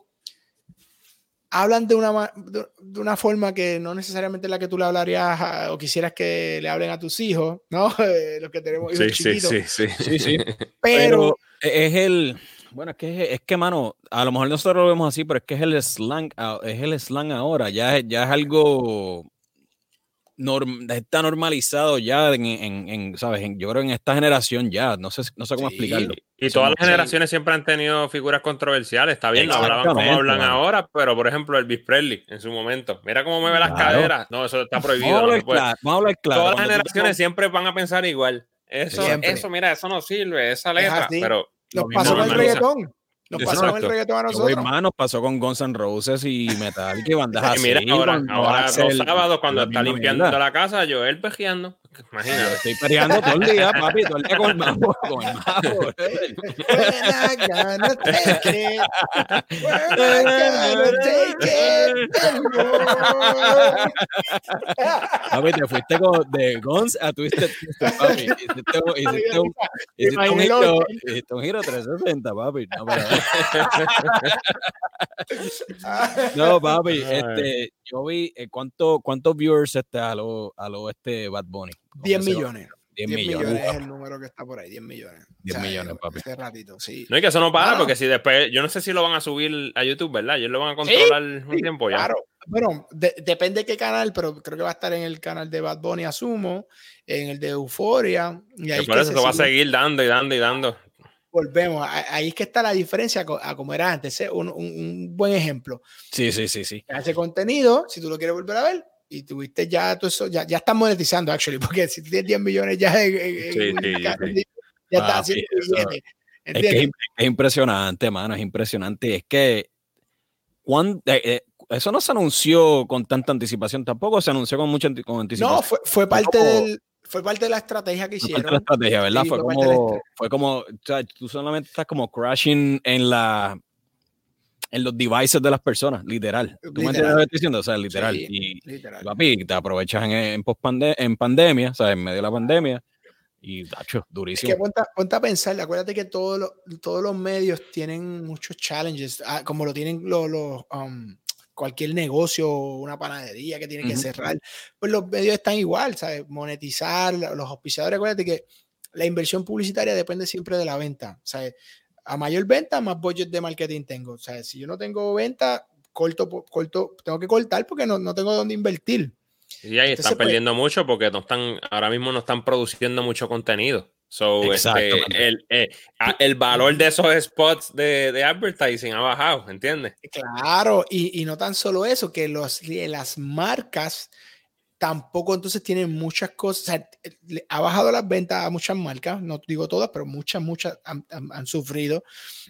hablan de una, de una forma que no necesariamente la que tú le hablarías a, o quisieras que le hablen a tus hijos, ¿no? Los que tenemos hijos sí, chiquitos. Sí, sí, sí. sí, sí. Pero, pero es el... Bueno, es que, es que, mano, a lo mejor nosotros lo vemos así, pero es que es el slang, es el slang ahora, ya, ya es algo, norm, está normalizado ya en, en, en ¿sabes? En, yo creo en esta generación ya, no sé, no sé cómo sí, explicarlo. Y todas las generaciones sí. siempre han tenido figuras controversiales, está bien, no hablaban como hablan mano. ahora, pero por ejemplo Elvis Presley en su momento, mira cómo mueve las claro. caderas, no, eso está prohibido. Vamos no se puede. Claro, vamos a hablar claro. Todas las generaciones tú... siempre van a pensar igual, eso, eso, mira, eso no sirve, esa letra, pero... Nos pasó con el reggaetón. Nos pasó con el reggaetón a nosotros. Hermano, pasó con Guns N' Roses y Metallica y bandas así. Mira, ahora, ahora los sábados cuando está limpiando mierda. la casa, Joel pejeando. Imagínate. Estoy pejeando todo el día, papi, todo el día con el mambo. Con el mambo. Papi, te fuiste con, de Guns a Twisted Sister, papi. Hiciste, hiciste, un, hiciste, un, giro, hiciste un giro trescientos sesenta, papi. No, pero... no, papi, este, yo vi eh, cuánto, cuántos viewers este a lo, a lo este Bad Bunny. diez millones. diez diez millones. millones es el número que está por ahí, diez millones. diez o sea, millones, papi. Hace ratito, sí. No, y que eso no para, Ah, no. porque si después, yo no sé si lo van a subir a YouTube, ¿verdad? Ellos lo van a controlar Sí, un sí, tiempo ya. claro. Bueno, de, depende de qué canal, pero creo que va a estar en el canal de Bad Bunny, asumo, en el de Euphoria. Y ahí Que es por que eso se se va a sigue- seguir dando y dando y dando. Volvemos, a- ahí es que está la diferencia co- a como era antes. ¿eh? Un, un- un buen ejemplo. Sí, sí, sí, sí. Ese contenido, si tú lo quieres volver a ver, y tuviste ya todo eso, ya, ya están monetizando, actually, porque si tienes diez millones ya en, en- en Sí, un sí, canal, sí. ya está Papi, haciendo eso- billetes. Es que es, ¿Entiendes? es impresionante, mano, es impresionante. Es que cuan- eh, eh, eso no se anunció con tanta anticipación, tampoco se anunció con mucha anti- con anticipación. No, fue, fue parte como- del, fue parte de la estrategia que Fue parte de la hicieron. estrategia, ¿verdad? Sí, fue, fue parte de la como, estra- fue como, o sea, tú solamente estás como crashing en la en los devices de las personas, literal. ¿Tú me entiendes Literal. lo que estoy diciendo? O sea, literal. Sí, y, literal. y, papi, te aprovechas en, en, pospande- en pandemia, o sea, en medio de la pandemia, y, tacho, Es durísimo. que ponte, ponte a pensar, acuérdate que todos los, todos los medios tienen muchos challenges, ah, como lo tienen los, los, um, cualquier negocio, una panadería que tiene que Ujú. cerrar, pues los medios están igual, ¿sabes? Monetizar, los auspiciadores, acuérdate que la inversión publicitaria depende siempre de la venta, ¿sabes? A mayor venta, más budget de marketing tengo, ¿sabes? Si yo no tengo venta, corto, corto, tengo que cortar porque no, no tengo dónde invertir. Y ahí Entonces, están pues, perdiendo mucho porque no están, ahora mismo no están produciendo mucho contenido. So, este, Exactamente. el, eh, a- el valor de esos spots de, de advertising ha bajado, ¿entiendes? claro, y, y no tan solo eso, que los, las marcas tampoco entonces tienen muchas cosas, o sea, le- ha bajado las ventas a muchas marcas, no digo todas, pero muchas, muchas han, han- han sufrido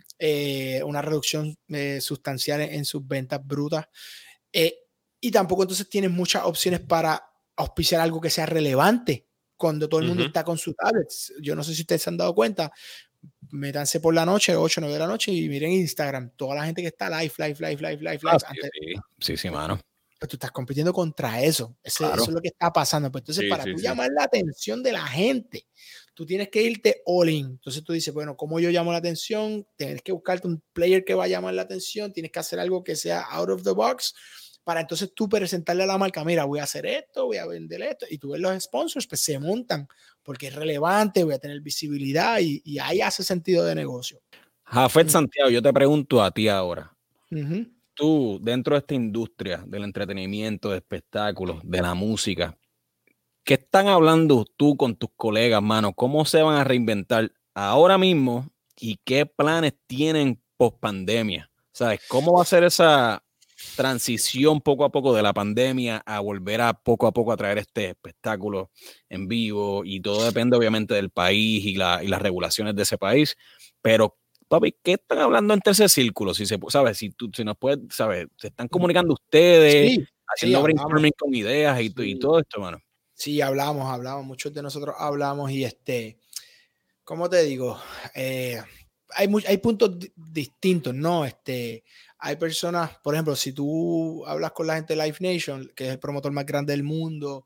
eh, una reducción eh, sustancial en, en sus ventas brutas. Eh, y tampoco entonces tienen muchas opciones para auspiciar algo que sea relevante cuando todo el mundo Ujú. está con sus tablets. Yo no sé si ustedes se han dado cuenta, métanse por la noche, ocho, nueve de la noche y miren Instagram, toda la gente que está live, live, live, live, live, live. Ah, sí, antes, sí, sí, sí, mano. pues tú estás compitiendo contra eso. Ese, Claro. Eso es lo que está pasando. Pues entonces, Sí, para sí, tú sí. llamar la atención de la gente, tú tienes que irte all in. Entonces tú dices, bueno, ¿cómo yo llamo la atención? Tienes que buscarte un player que va a llamar la atención, tienes que hacer algo que sea out of the box para entonces tú presentarle a la marca, mira, voy a hacer esto, voy a vender esto, y tú ves los sponsors, pues se montan porque es relevante, voy a tener visibilidad y, y ahí hace sentido de negocio. Jafet Mm. Santiago, yo te pregunto a ti ahora. Ujú. Tú, dentro de esta industria del entretenimiento, de espectáculos, de la música, ¿qué están hablando tú con tus colegas, mano? ¿Cómo se van a reinventar ahora mismo y qué planes tienen post pandemia? ¿Sabes? ¿Cómo va a ser esa transición poco a poco de la pandemia a volver a poco a poco a traer este espectáculo en vivo? Y todo depende obviamente del país y, la, y las regulaciones de ese país, pero papi, ¿qué están hablando entre ese círculo? Si se sabes, si tú, si nos puedes, sabes, se están comunicando ustedes, Sí, haciendo sí, brainstorming con ideas y, sí. y todo esto, mano. Sí, hablamos, hablamos, muchos de nosotros hablamos y este, ¿cómo te digo? Eh, hay, muy, hay puntos di distintos, ¿no? Este, hay personas, por ejemplo, si tú hablas con la gente de Live Nation, que es el promotor más grande del mundo,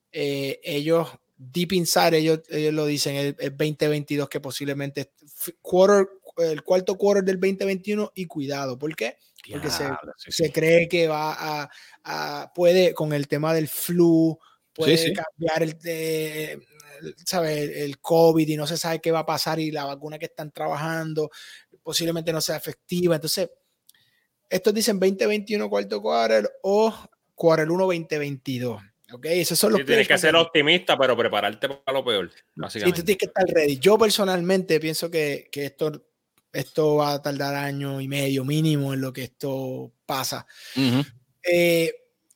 eh, ellos, deep inside, ellos, ellos lo dicen, el, el veinte veintidós que posiblemente quarter, el cuarto quarter del veinte veintiuno y cuidado, ¿por qué? Porque Diablo, se, sí, se sí. cree que va a, a, puede, con el tema del flu, puede Sí, sí. cambiar el, de, el, ¿sabe? el, el COVID y no se sabe qué va a pasar y la vacuna que están trabajando posiblemente no sea efectiva. Entonces, estos dicen veinte veintiuno cuarto quarter o quarter uno veinte veintidós. Ok, esos son los Sí, tienes que players ser para que- optimista, pero prepararte para lo peor, Sí, tú básicamente. tienes que estar ready. Yo personalmente pienso que, que esto, esto va a tardar año y medio mínimo en lo que esto pasa. Uh-huh. Eh,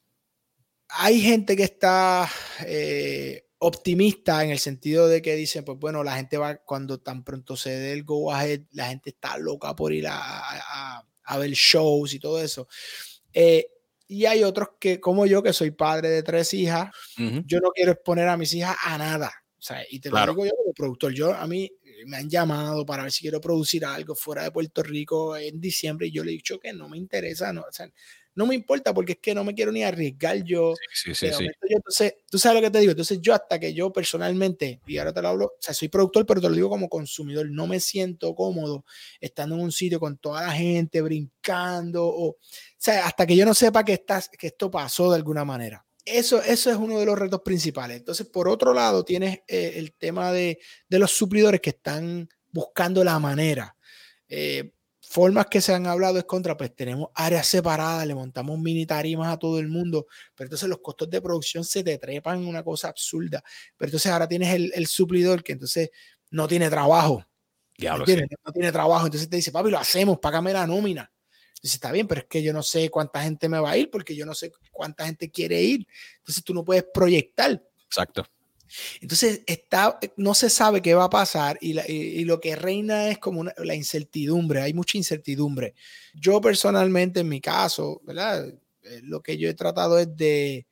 hay gente que está eh, optimista en el sentido de que dicen, pues bueno, la gente va, cuando tan pronto se dé el go ahead, la gente está loca por ir a, a, a ver shows y todo eso. Eh, y hay otros que, como yo, que soy padre de tres hijas, uh-huh. yo no quiero exponer a mis hijas a nada. O sea, y te claro. lo digo yo como productor. Yo, a mí me han llamado para ver si quiero producir algo fuera de Puerto Rico en diciembre y yo le he dicho que no me interesa, no, o sea, no me importa porque es que no me quiero ni arriesgar yo. Sí, sí, sí, sí. Yo entonces, tú sabes lo que te digo. Entonces yo hasta que yo personalmente, y ahora te lo hablo, o sea, soy productor, pero te lo digo como consumidor, no me siento cómodo estando en un sitio con toda la gente brincando, o, o sea, hasta que yo no sepa que, estás, que esto pasó de alguna manera. Eso, eso es uno de los retos principales. Entonces, por otro lado, tienes eh, el tema de, de los suplidores que están buscando la manera. Eh, formas que se han hablado es contra, pues tenemos áreas separadas, le montamos mini tarimas a todo el mundo, pero entonces los costos de producción se te trepan, una cosa absurda. Pero entonces ahora tienes el, el suplidor que entonces no tiene trabajo. Diablo, sí. No tiene trabajo. Entonces te dice, papi, lo hacemos, págame la nómina. Dice, está bien, pero es que yo no sé cuánta gente me va a ir porque yo no sé cuánta gente quiere ir. Entonces tú no puedes proyectar. Exacto. Entonces está, no se sabe qué va a pasar y, la, y, y lo que reina es como una, la incertidumbre. Hay mucha incertidumbre. Yo personalmente, en mi caso, ¿verdad? Eh, lo que yo he tratado es de,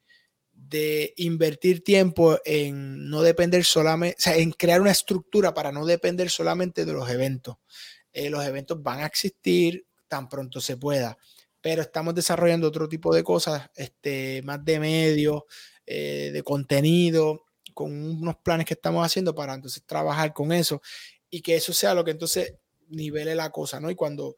de invertir tiempo en no depender solamente, o sea, en crear una estructura para no depender solamente de los eventos. Eh, los eventos van a existir tan pronto se pueda, pero estamos desarrollando otro tipo de cosas, este, más de medios, eh, de contenido, con unos planes que estamos haciendo para entonces trabajar con eso y que eso sea lo que entonces nivele la cosa, ¿no? Y cuando,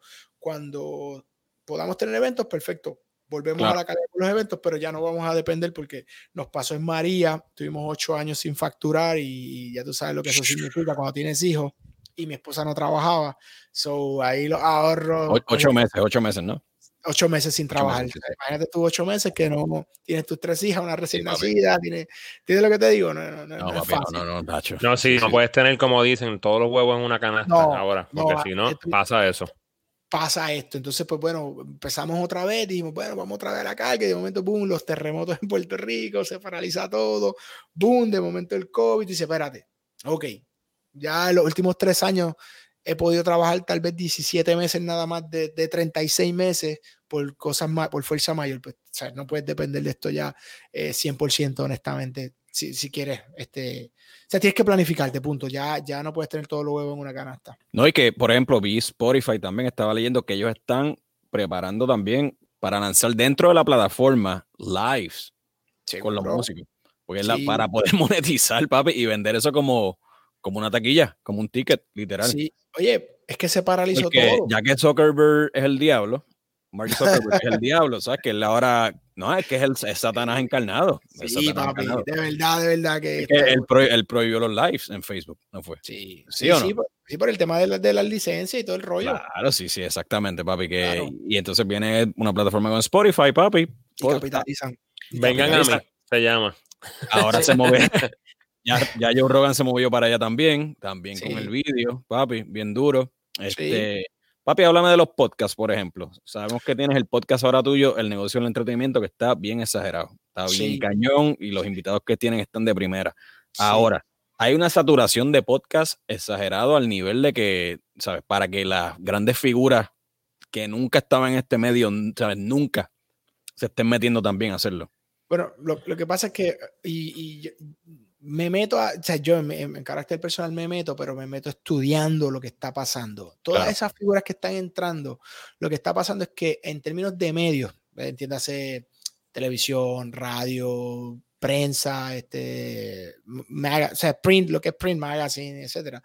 cuando podamos tener eventos, perfecto, volvemos claro. a la calidad con los eventos, pero ya no vamos a depender porque nos pasó en María, tuvimos ocho años sin facturar y, y ya tú sabes lo que eso significa cuando tienes hijos. Y mi esposa no trabajaba, so ahí los ahorros. O, ocho pues, meses, ocho meses, ¿no? Ocho meses sin ocho trabajar. Meses, sí. Imagínate tú ocho meses que no tienes tus tres hijas, una recién sí, nacida, tienes, ¿tienes lo que te digo? No, no, no, no, papi, es fácil. No, no, no, Nacho. No, sí, sí, no puedes tener, como dicen, todos los huevos en una canasta no, ahora, porque no, si no, esto, pasa eso. Pasa esto. Entonces, pues bueno, empezamos otra vez, dijimos, bueno, vamos otra vez a la carga, y de momento, boom, los terremotos en Puerto Rico, se paraliza todo, boom, de momento el COVID, y dice, espérate, ok, ya en los últimos tres años he podido trabajar tal vez diecisiete meses nada más de, de treinta y seis meses por cosas más, por fuerza mayor. Pues, o sea, no puedes depender de esto ya eh, cien por ciento honestamente, si, si quieres. Este, o sea, tienes que planificarte, punto. Ya, ya no puedes tener todos los huevos en una canasta. No, y que, por ejemplo, vi Spotify también, estaba leyendo que ellos están preparando también para lanzar dentro de la plataforma lives sí, con los músicos. Porque sí. es la, para poder monetizar, papi, y vender eso como... como una taquilla, como un ticket, literal. Sí, oye, es que se paralizó Porque todo. Ya que Zuckerberg es el diablo, Mark Zuckerberg es el diablo, ¿sabes? Que él ahora, no, es que es el es Satanás encarnado. Sí, Satanás papi, encarnado. de verdad, de verdad que... Es que él, pro, él prohibió los lives en Facebook, ¿no fue? Sí, sí, sí, o no? sí, por, sí, por el tema de, la, de las licencias y todo el rollo. Claro, sí, sí, exactamente, papi. Que, claro. Y entonces viene una plataforma con Spotify, papi. Y capitalizan. Y Vengan capitalizan. a mí, se llama. Ahora se mueve... Ya, ya Joe Rogan se movió para allá también, también sí. con el vídeo, papi, bien duro. Este, sí. Papi, háblame de los podcasts, por ejemplo. Sabemos que tienes el podcast ahora tuyo, El Negocio del Entretenimiento, que está bien exagerado, está bien sí. cañón y los invitados que tienen están de primera. Sí. Ahora, hay una saturación de podcasts exagerado al nivel de que, ¿sabes? Para que las grandes figuras que nunca estaban en este medio, ¿sabes? Nunca se estén metiendo también a hacerlo. Bueno, lo, lo que pasa es que, y, y me meto, a, o sea, yo en, en carácter personal me meto, pero me meto estudiando lo que está pasando. Todas claro. esas figuras que están entrando, lo que está pasando es que en términos de medios, entiéndase televisión, radio, prensa, este, maga, o sea, print, lo que es print, magazine, etcétera.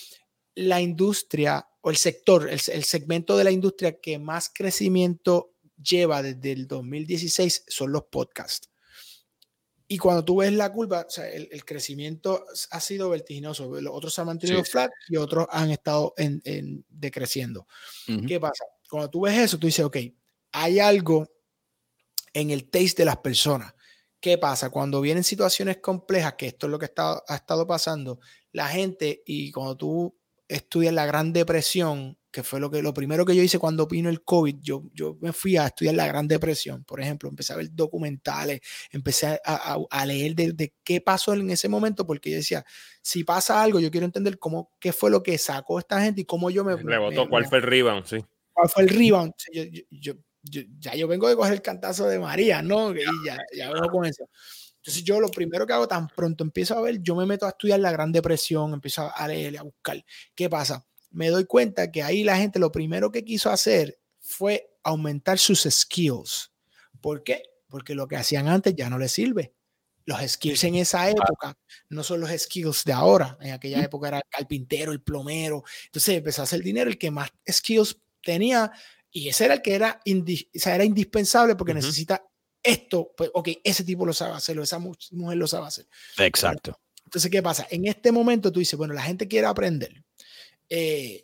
La industria o el sector, el, el segmento de la industria que más crecimiento lleva desde el dos mil dieciséis son los podcasts. Y cuando tú ves la curva, o sea, el, el crecimiento ha sido vertiginoso. Los otros se han mantenido sí. flat y otros han estado en, en decreciendo. Uh-huh. ¿Qué pasa? Cuando tú ves eso, tú dices, ok, hay algo en el taste de las personas. ¿Qué pasa? Cuando vienen situaciones complejas, que esto es lo que está, ha estado pasando, la gente, y cuando tú estudias la Gran Depresión, que fue lo, que, lo primero que yo hice cuando vino el COVID, yo, yo me fui a estudiar la Gran Depresión, por ejemplo, empecé a ver documentales, empecé a, a, a leer de, de qué pasó en ese momento, porque yo decía, si pasa algo, yo quiero entender cómo, qué fue lo que sacó esta gente y cómo yo me... Rebotó, me, ¿cuál me, fue el rebound? Sí. ¿Cuál fue el rebound? Yo, yo, yo, yo, ya yo vengo de coger el cantazo de María, ¿no? Y ya, ya vengo con eso. Entonces yo lo primero que hago, tan pronto empiezo a ver, yo me meto a estudiar la Gran Depresión, empiezo a leer, a buscar. ¿Qué pasa? Me doy cuenta que ahí la gente lo primero que quiso hacer fue aumentar sus skills. ¿Por qué? Porque lo que hacían antes ya no les sirve. Los skills en esa época no son los skills de ahora. En aquella época era el carpintero, el plomero. Entonces empezó a hacer dinero el que más skills tenía y ese era el que era, indi- o sea, era indispensable porque uh-huh. necesita esto, pues, ok, ese tipo lo sabe hacerlo, esa mujer lo sabe hacer. Exacto. Bueno, entonces, ¿qué pasa? En este momento tú dices, bueno, la gente quiere aprender. Eh,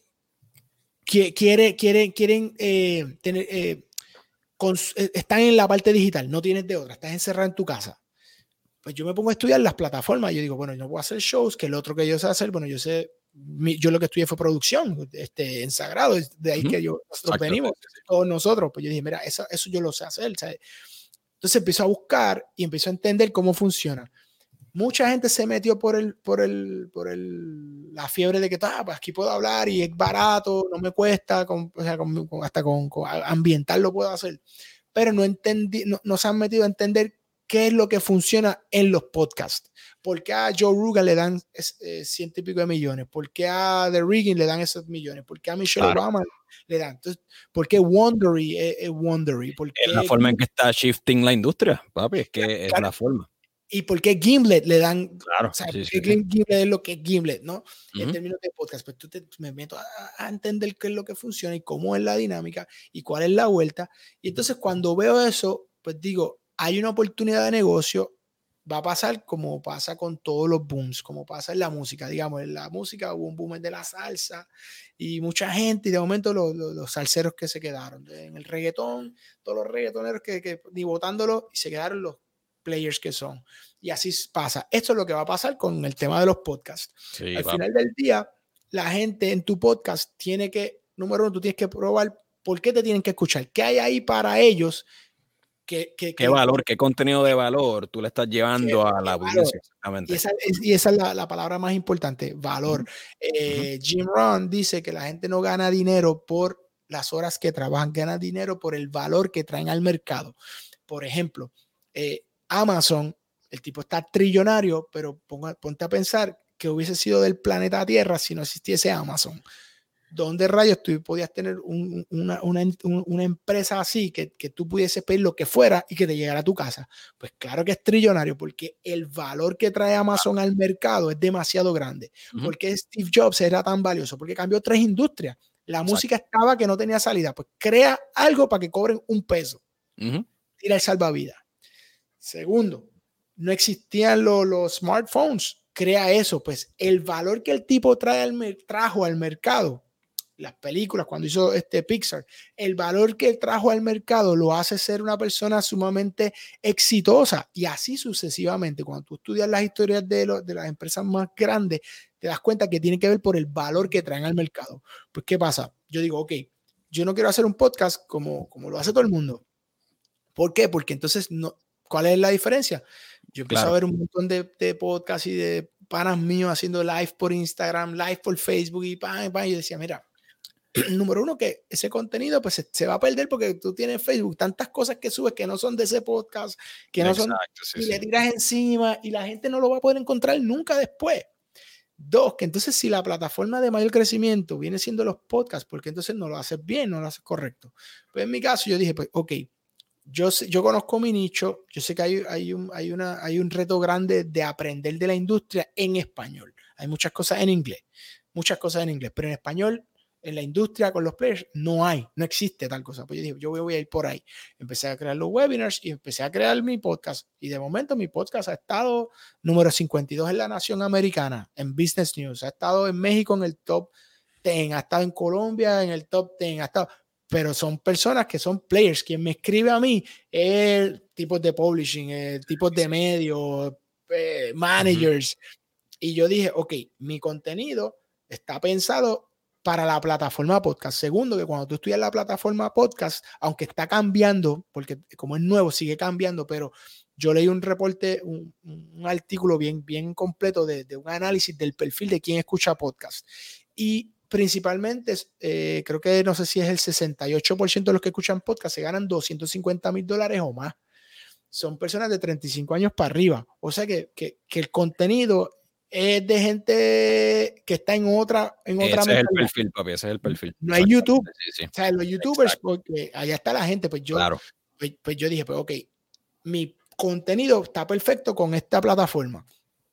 quiere, quiere, quieren eh, tener, eh, con, eh, están en la parte digital, no tienes de otra, estás encerrado en tu casa. Pues yo me pongo a estudiar las plataformas. Yo digo, bueno, yo voy a hacer shows, que el otro que yo sé hacer, bueno, yo sé, mi, yo lo que estudié fue producción, este, en Sagrado, de ahí uh-huh. que yo, nosotros Exacto. venimos, todos nosotros. Pues yo dije, mira, eso, eso yo lo sé hacer, ¿sabes? Entonces empiezo a buscar y empiezo a entender cómo funciona. Mucha gente se metió por el, por el, por el, la fiebre de que ah, pues aquí puedo hablar y es barato, no me cuesta, con, o sea, con, con, hasta con, con ambiental lo puedo hacer. Pero no entendí, no, no se han metido a entender qué es lo que funciona en los podcasts. ¿Por qué a Joe Rogan le dan eh, ciento y pico de millones? ¿Por qué a The Rigging le dan esos millones? ¿Por qué a Michelle claro. Obama le dan? Entonces, ¿por qué Wondery es, es Wondery? ¿Por qué es la forma en que está shifting la industria, papi, es que claro, es la forma. ¿Y por qué Gimlet le dan? Claro. O sea, sí, sí, sí. Gimlet es lo que es Gimlet, ¿no? Uh-huh. En términos de podcast, pues tú te, me meto a, a entender qué es lo que funciona y cómo es la dinámica y cuál es la vuelta. Y entonces cuando veo eso, pues digo, hay una oportunidad de negocio. Va a pasar como pasa con todos los booms, como pasa en la música. Digamos, en la música hubo un boom de la salsa y mucha gente, y de momento los, los, los salseros que se quedaron. En el reggaetón, todos los reggaetoneros que, que ni votándolo, y se quedaron los players que son. Y así pasa. Esto es lo que va a pasar con el tema de los podcasts. Sí, Al va. final del día, la gente en tu podcast tiene que, número uno, tú tienes que probar por qué te tienen que escuchar. ¿Qué hay ahí para ellos? Que, que, ¿Qué que, valor, qué contenido de valor tú le estás llevando a la audiencia? Exactamente. Y esa es, y esa es la, la palabra más importante, valor. Uh-huh. Eh, uh-huh. Jim Rohn dice que la gente no gana dinero por las horas que trabajan, gana dinero por el valor que traen al mercado. Por ejemplo, eh, Amazon, el tipo está trillonario, pero ponga, ponte a pensar que hubiese sido del planeta Tierra si no existiese Amazon. ¿Dónde rayos tú podías tener un, una, una, una empresa así que, que tú pudieses pedir lo que fuera y que te llegara a tu casa? Pues claro que es trillonario, porque el valor que trae Amazon al mercado es demasiado grande. Uh-huh. ¿Por qué Steve Jobs era tan valioso? Porque cambió tres industrias. La Exacto. música estaba que no tenía salida. Pues crea algo para que cobren un peso. Uh-huh. Tira el salvavidas. Segundo, no existían los, los smartphones. Crea eso. Pues el valor que el tipo trae al, trajo al mercado, las películas, cuando hizo este Pixar, el valor que trajo al mercado lo hace ser una persona sumamente exitosa, y así sucesivamente. Cuando tú estudias las historias de, lo, de las empresas más grandes, te das cuenta que tiene que ver por el valor que traen al mercado. Pues, ¿qué pasa? Yo digo, ok, yo no quiero hacer un podcast como, como lo hace todo el mundo. ¿Por qué? Porque entonces, no, ¿cuál es la diferencia? Yo empiezo claro. a ver un montón de, de podcasts y de panas míos haciendo live por Instagram, live por Facebook, y pan, pan, y yo decía, mira, número uno, que ese contenido pues se, se va a perder porque tú tienes Facebook, tantas cosas que subes que no son de ese podcast, que no Exacto, son, sí, y sí. le tiras encima y la gente no lo va a poder encontrar nunca después. Dos, que entonces si la plataforma de mayor crecimiento viene siendo los podcasts, porque entonces no lo haces bien, no lo haces correcto. Pues en mi caso yo dije, pues ok, yo, yo conozco mi nicho, yo sé que hay, hay, un, hay, una, hay un reto grande de aprender de la industria en español. Hay muchas cosas en inglés, muchas cosas en inglés, pero en español, en la industria con los players, no hay, no existe tal cosa. Pues yo dije, yo voy a ir por ahí. Empecé a crear los webinars y empecé a crear mi podcast. Y de momento mi podcast ha estado número cincuenta y dos en la nación americana, en Business News. Ha estado en México en el top diez, ha estado en Colombia en el top diez, ha estado... Pero son personas que son players. Quien me escribe a mí es tipos de publishing, eh, tipos de medios, eh, managers. Uh-huh. Y yo dije, ok, mi contenido está pensado para la plataforma podcast. Segundo, que cuando tú estudias la plataforma podcast, aunque está cambiando, porque como es nuevo, sigue cambiando, pero yo leí un reporte, un, un artículo bien, bien completo de, de un análisis del perfil de quien escucha podcast. Y principalmente, eh, creo que no sé si es el sesenta y ocho por ciento de los que escuchan podcast se ganan doscientos cincuenta mil dólares o más. Son personas de treinta y cinco años para arriba. O sea que, que, que el contenido es de gente que está en otra en ese otra es el perfil, papi, ese es el perfil. No hay YouTube. Sí, sí. O sea, los youtubers, Exacto. porque allá está la gente, pues yo, claro. pues, pues yo dije, pues ok, mi contenido está perfecto con esta plataforma.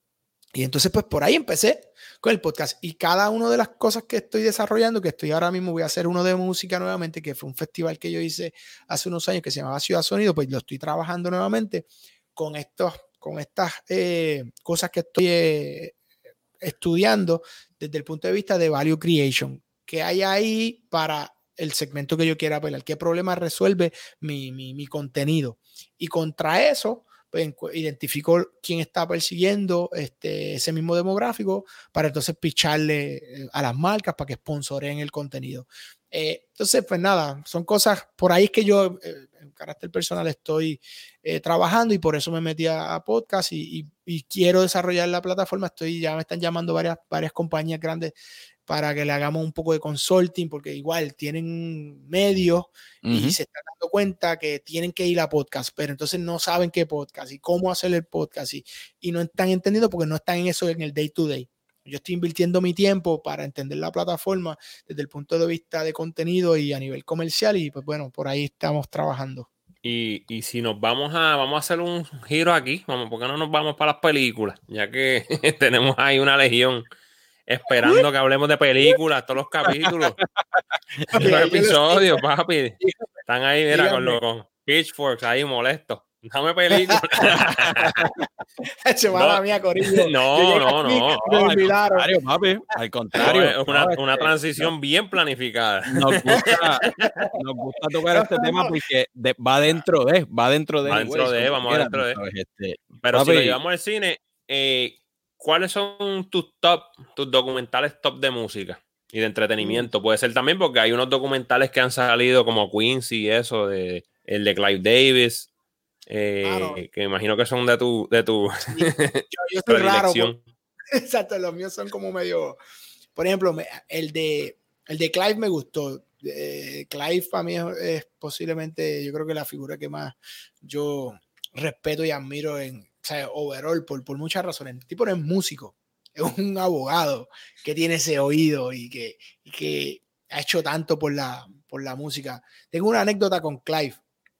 Y entonces, pues por ahí empecé con el podcast. Y cada una de las cosas que estoy desarrollando, que estoy ahora mismo, voy a hacer uno de música nuevamente, que fue un festival que yo hice hace unos años que se llamaba Ciudad Sonido, pues lo estoy trabajando nuevamente con, estos, con estas eh, cosas que estoy eh, estudiando desde el punto de vista de value creation. ¿Qué hay ahí para el segmento que yo quiera apelar? ¿Qué problema resuelve mi, mi, mi contenido? Y contra eso, pues, identifico quién está persiguiendo este, ese mismo demográfico para entonces picharle a las marcas para que sponsoren el contenido. Eh, entonces, pues nada, son cosas, por ahí es que yo eh, en carácter personal estoy eh, trabajando y por eso me metí a, a podcast y, y, y quiero desarrollar la plataforma. Estoy, ya me están llamando varias, varias compañías grandes para que le hagamos un poco de consulting, porque igual tienen medios uh-huh. y se están dando cuenta que tienen que ir a podcast, pero entonces no saben qué podcast y cómo hacer el podcast y, y no están entendiendo porque no están en eso en el day to day. Yo estoy invirtiendo mi tiempo para entender la plataforma desde el punto de vista de contenido y a nivel comercial y pues bueno, por ahí estamos trabajando. Y, y si nos vamos a vamos a hacer un giro aquí, vamos, ¿por qué no nos vamos para las películas? Ya que tenemos ahí una legión esperando que hablemos de películas, todos los capítulos, todos los episodios, papi. Están ahí, mira, con los con pitchforks ahí molestos. Dame película. Semana no, mía, Corillo. No, no, no. no al contrario, papi. Al contrario. No, es una, no, una transición no. bien planificada. Nos gusta, nos gusta tocar este tema porque de, va dentro de, va dentro de. Va dentro güey, de, vamos dentro de. Este, Pero papi, si lo llevamos al cine, eh, ¿cuáles son tus top, tus documentales top de música y de entretenimiento? Mm. Puede ser también porque hay unos documentales que han salido como Quincy y eso, de, el de Clive Davis. Eh, claro. Que imagino que son de tu de tu sí, yo, yo estoy raro por, exacto, los míos son como medio, por ejemplo, el de el de Clive me gustó. eh, Clive para mí es, es posiblemente, yo creo que la figura que más yo respeto y admiro en, o sea, overall, por, por muchas razones. El tipo no es músico, es un abogado que tiene ese oído y que, y que ha hecho tanto por la, por la música. Tengo una anécdota con Clive.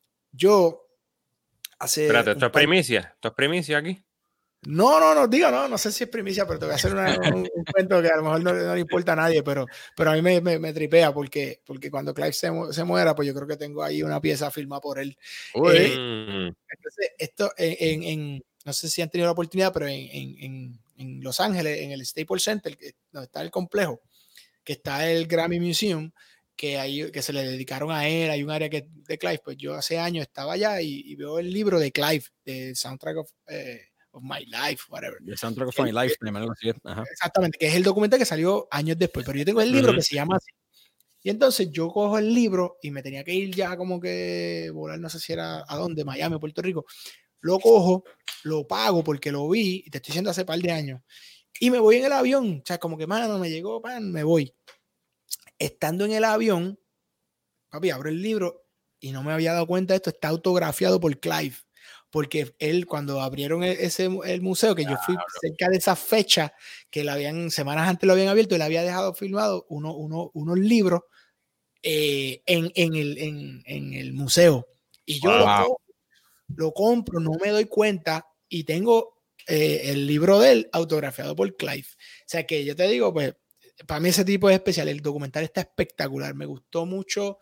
Yo Hace Espérate, ¿esto es primicia? ¿Esto es primicia aquí? No, no, no, digo, no, no sé si es primicia, pero te voy a hacer una, un, un cuento que a lo mejor no, no le importa a nadie, pero, pero a mí me, me, me tripea porque, porque cuando Clive se, se muera, pues yo creo que tengo ahí una pieza firmada por él. Eh, entonces, esto en, en, en, no sé si han tenido la oportunidad, pero en, en, en Los Ángeles, en el Staples Center, donde está el complejo, que está el Grammy Museum, que, hay, que se le dedicaron a él, hay un área que, de Clive, pues yo hace años estaba allá y, y veo el libro de Clive, de Soundtrack of, eh, of My Life, whatever. The Soundtrack of My Life, que, Ajá. Exactamente, que es el documental que salió años después, pero yo tengo el libro uh-huh. que se llama así. Y entonces yo cojo el libro y me tenía que ir ya como que volar, no sé si era a dónde, Miami, Puerto Rico. Lo cojo, lo pago porque lo vi, y te estoy diciendo hace par de años, y me voy en el avión, o sea, como que, mano, me llegó, pan, me voy. Estando en el avión, papi, abro el libro y no me había dado cuenta de esto, está autografiado por Clive, porque él cuando abrieron ese el museo, que claro. yo fui cerca de esa fecha, que la habían, semanas antes lo habían abierto, él había dejado firmado uno, uno, unos libros eh, en, en, el, en, en el museo. Y yo wow. lo, compro, lo compro, no me doy cuenta y tengo eh, el libro de él autografiado por Clive. O sea que yo te digo, pues, para mí ese tipo es especial. El documental está espectacular. Me gustó mucho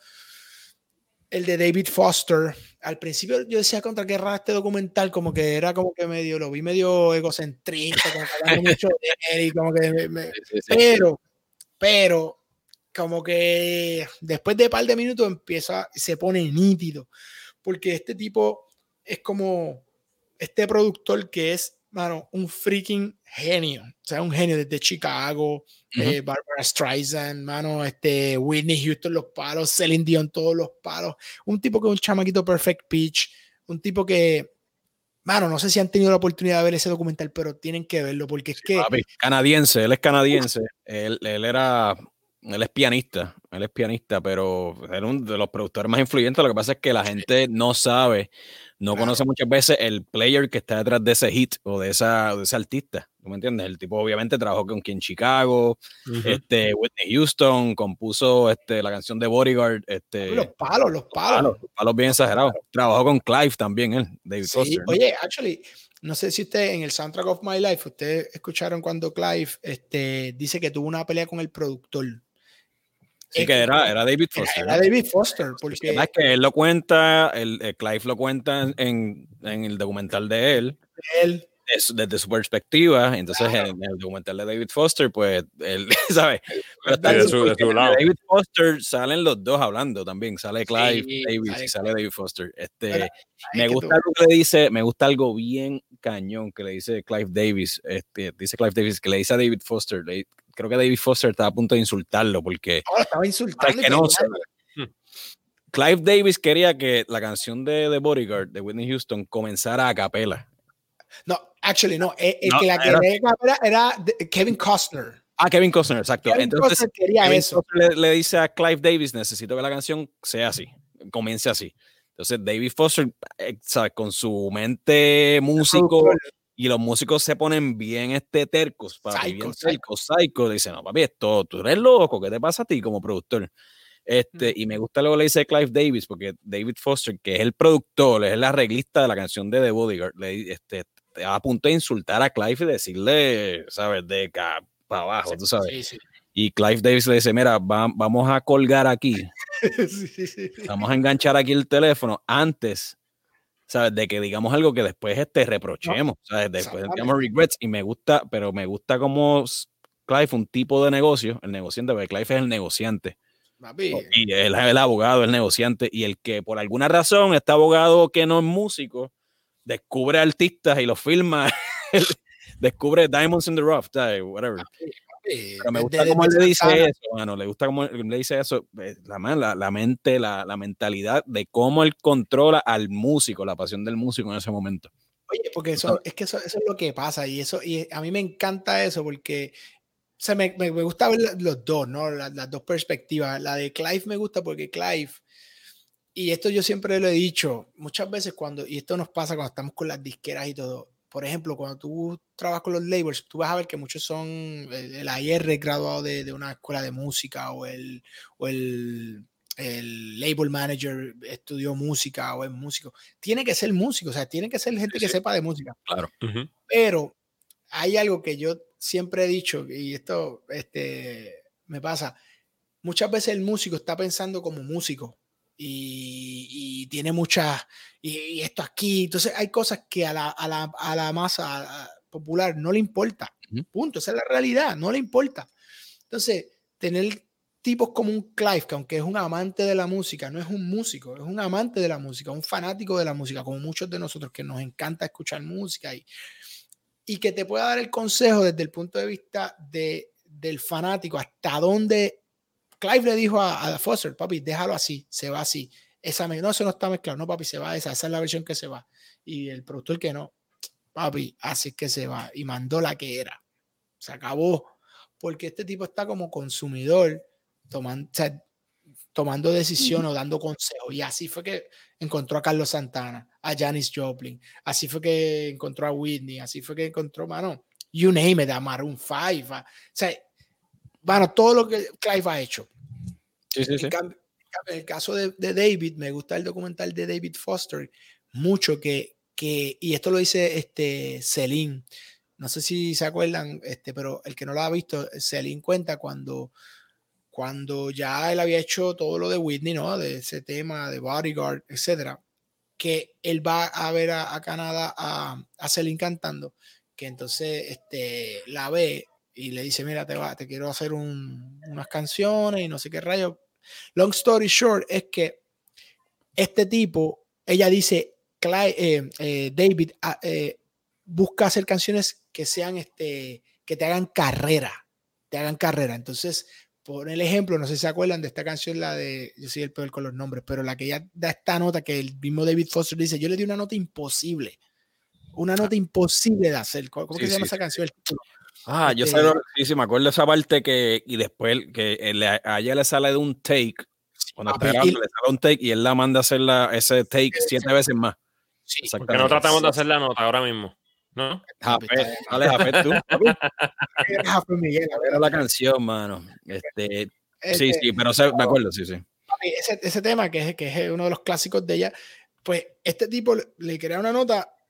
el de David Foster. Al principio yo decía contra qué raro este documental, como que era como que medio, lo vi medio egocentrista, como que hablando mucho de él y como que me, me, sí, sí, sí. pero, pero como que después de un par de minutos empieza, se pone nítido, porque este tipo es como este productor que es, mano, un freaking genio, o sea, un genio desde Chicago, uh-huh. eh, Barbara Streisand, mano, este, Whitney Houston, los palos, Celine Dion, todos los palos, un tipo que es un chamaquito perfect pitch, un tipo que, mano, no sé si han tenido la oportunidad de ver ese documental, pero tienen que verlo, porque es sí, que... Papi, canadiense, él es canadiense, él, él era... Él es pianista, él es pianista, pero era uno de los productores más influyentes. Lo que pasa es que la gente no sabe, no claro. conoce muchas veces el player que está detrás de ese hit o de esa de ese artista. ¿Tú me entiendes? El tipo obviamente trabajó con quien Chicago, uh-huh. este, Whitney Houston, compuso este, la canción de Bodyguard. Este, los palos, los palos. Los palos, los palos bien exagerados. Trabajó con Clive también, él, David sí, Foster. Oye, ¿no? actually, no sé si usted en el Soundtrack of My Life, ustedes escucharon cuando Clive este, dice que tuvo una pelea con el productor. Sí, que era, era David Foster. Era, era David Foster, porque... Sí, es que él lo cuenta, el, el Clive lo cuenta en, en el documental de él. él Es, desde su perspectiva, entonces claro. en, en el documental de David Foster, pues él, ¿sabes? Pero de su, de su lado. David Foster salen los dos hablando también, sale Clive sí, Davis sale y sale David Foster. Este, Pero, me gusta algo que le dice, me gusta algo bien cañón que le dice Clive Davis, este, dice Clive Davis que le dice a David Foster, le, creo que David Foster estaba a punto de insultarlo porque oh, estaba insultando que no, Clive Davis quería que la canción de The Bodyguard de Whitney Houston comenzara a capela. No, actually, no. El, el no, que la era, quería era, era Kevin Costner. Ah, Kevin Costner, exacto. Kevin Entonces, Costner quería Kevin eso. Costner le, le dice a Clive Davis, necesito que la canción sea así, comience así. Entonces, David Foster, eh, ¿sabes? Con su mente músico, y los músicos se ponen bien este, tercos, papi, bien tercos, psycho. Dice, no, papi, esto, tú eres loco, ¿qué te pasa a ti como productor? Este, y me gusta lo que le dice Clive Davis, porque David Foster, que es el productor, es el arreglista de la canción de The Bodyguard, le, este, a punto de insultar a Clive y decirle, ¿sabes? De acá para abajo, tú sabes. Sí, sí. Y Clive Davis le dice, mira, va, vamos a colgar aquí. sí, sí, sí. Vamos a enganchar aquí el teléfono antes, ¿sabes? De que digamos algo que después este, reprochemos, no, ¿sabes? Después digamos regrets. Y me gusta, pero me gusta como Clive, un tipo de negocio, el negociante, porque Clive es el negociante. Y él es el abogado, el negociante, y el que por alguna razón, este abogado que no es músico, descubre artistas y los filma, descubre Diamonds in the Rough, whatever. Pero me gusta cómo él le dice eso, mano, le gusta cómo él le dice eso, la, la, la mente, la, la mentalidad de cómo él controla al músico, la pasión del músico en ese momento. Oye, porque eso, es que eso, eso es lo que pasa, y eso, y a mí me encanta eso, porque o sea, me, me, me gusta ver los dos, ¿no? Las, las dos perspectivas. La de Clive me gusta porque Clive, y esto yo siempre lo he dicho, muchas veces cuando, y esto nos pasa cuando estamos con las disqueras y todo, por ejemplo, cuando tú trabajas con los labels, tú vas a ver que muchos son, el, el A R graduado de, de una escuela de música, o el, o el, el label manager estudió música, o es músico. Tiene que ser músico, o sea, tiene que ser gente sí, que sí. sepa de música. Claro. Uh-huh. Pero hay algo que yo siempre he dicho, y esto este, me pasa, muchas veces el músico está pensando como músico y, y tiene muchas, y, y esto aquí, entonces hay cosas que a la, a la, a la masa popular no le importa, punto, esa es la realidad, no le importa. Entonces, tener tipos como un Clive, que aunque es un amante de la música, no es un músico, es un amante de la música, un fanático de la música, como muchos de nosotros que nos encanta escuchar música y y que te pueda dar el consejo desde el punto de vista de, del fanático, hasta dónde Clive le dijo a, a Foster, papi, déjalo así, se va así. Esa me, no, eso no está mezclado, no, papi, se va esa, esa es la versión que se va. Y el productor que no, papi, así es que se va. Y mandó la que era. Se acabó. Porque este tipo está como consumidor, tomando, o sea, tomando decisiones o dando consejos. Y así fue que encontró a Carlos Santana, a Janis Joplin, así fue que encontró a Whitney, así fue que encontró, mano, you name it, a Maroon five, a, o sea, bueno, todo lo que Clive ha hecho. Sí, sí, sí. En, cambio, en el caso de, de David, me gusta el documental de David Foster, mucho que, que y esto lo dice este, Celine, no sé si se acuerdan, este, pero el que no lo ha visto, Celine cuenta cuando cuando ya él había hecho todo lo de Whitney, ¿no? De ese tema de Bodyguard, etcétera, que él va a ver a, a Canadá a, a Celine cantando, que entonces este, la ve y le dice, mira, te, va, te quiero hacer un, unas canciones y no sé qué rayo. Long story short es que este tipo, ella dice, Clyde, eh, eh, David eh, busca hacer canciones que sean, este, que te hagan carrera, te hagan carrera. Entonces, por el ejemplo, no sé si se acuerdan de esta canción, la de, yo soy el peor con los nombres, pero la que ella da esta nota que el mismo David Foster dice, yo le di una nota imposible, una nota imposible de hacer. ¿Cómo sí, que se llama sí, esa sí. canción? Ah, este, yo sé, sí, sí, me acuerdo de esa parte que, y después que le, a ella le sale de un take, cuando está grabando, le sale un take y él la manda a hacer la, ese take sí, siete sí. veces más. Sí, porque no tratamos de hacer la nota ahora mismo. ¿No? Jafet, dale, Jafet, tú. Era la canción, mano. Este, este, sí, sí, pero se, me acuerdo, sí, sí. Ese, ese tema, que es, que es uno de los clásicos de ella, pues este tipo le crea una nota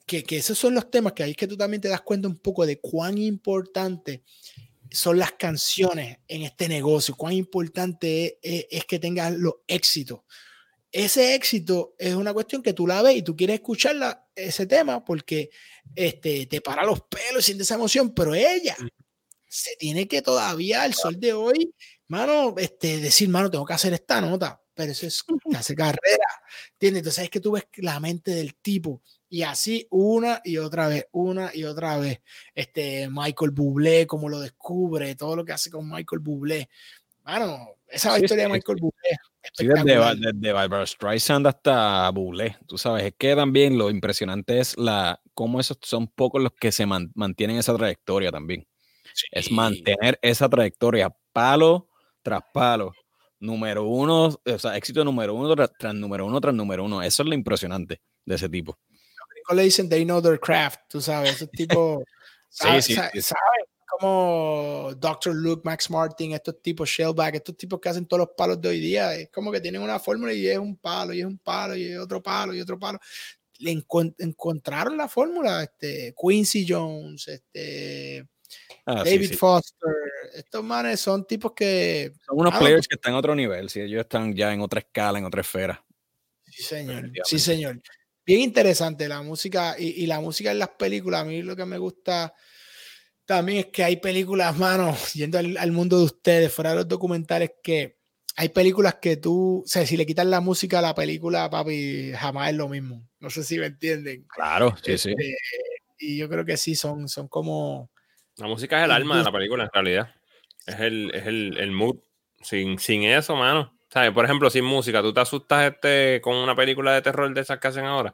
que, que esos son los temas que ahí es que tú también te das cuenta un poco de cuán importante son las canciones en este negocio, cuán importante es, es, es que tengas los éxitos. Ese éxito es una cuestión que tú la ves y tú quieres escucharla, ese tema, porque este, te para los pelos y sientes esa emoción, pero ella se tiene que todavía, al sol de hoy, mano, este, decir, mano, tengo que hacer esta nota, pero eso es que hace carrera, ¿entiendes? Entonces es que tú ves la mente del tipo y así una y otra vez, una y otra vez, este, Michael Bublé, como lo descubre, todo lo que hace con Michael Bublé, mano, esa sí, historia sí, de Michael sí. Bublé. Sí, desde, desde Barbra Streisand hasta Bublé, tú sabes, es que también lo impresionante es la cómo esos son pocos los que se man, mantienen esa trayectoria también. Sí. Es mantener esa trayectoria palo tras palo, número uno, o sea, éxito número uno tras, tras número uno tras número uno. Eso es lo impresionante de ese tipo. Los gringos le dicen they know their craft, tú sabes, esos tipos saben, sí, sí, sí. saben como doctor Luke, Max Martin, estos tipos, Shellback, estos tipos que hacen todos los palos de hoy día, es como que tienen una fórmula y es un palo, y es un palo, y es otro palo, y otro palo. Le encont encontraron la fórmula, este, Quincy Jones, este, ah, David sí, sí. Foster, estos manes son tipos que... Son unos ah, players no, que están a otro nivel, si ellos están ya en otra escala, en otra esfera. Sí, señor, sí, señor. Bien interesante la música, y, y la música en las películas, a mí lo que me gusta... También es que hay películas, mano, yendo al, al mundo de ustedes, fuera de los documentales, que hay películas que tú, o sea, si le quitas la música a la película, papi, jamás es lo mismo. No sé si me entienden. Claro, sí, este, sí. Y yo creo que sí, son, son como... La música es el alma de la película, en realidad. Es el, es el, el mood. Sin, sin eso, mano. ¿Sabes? Por ejemplo, sin música, ¿tú te asustas este, con una película de terror de esas que hacen ahora?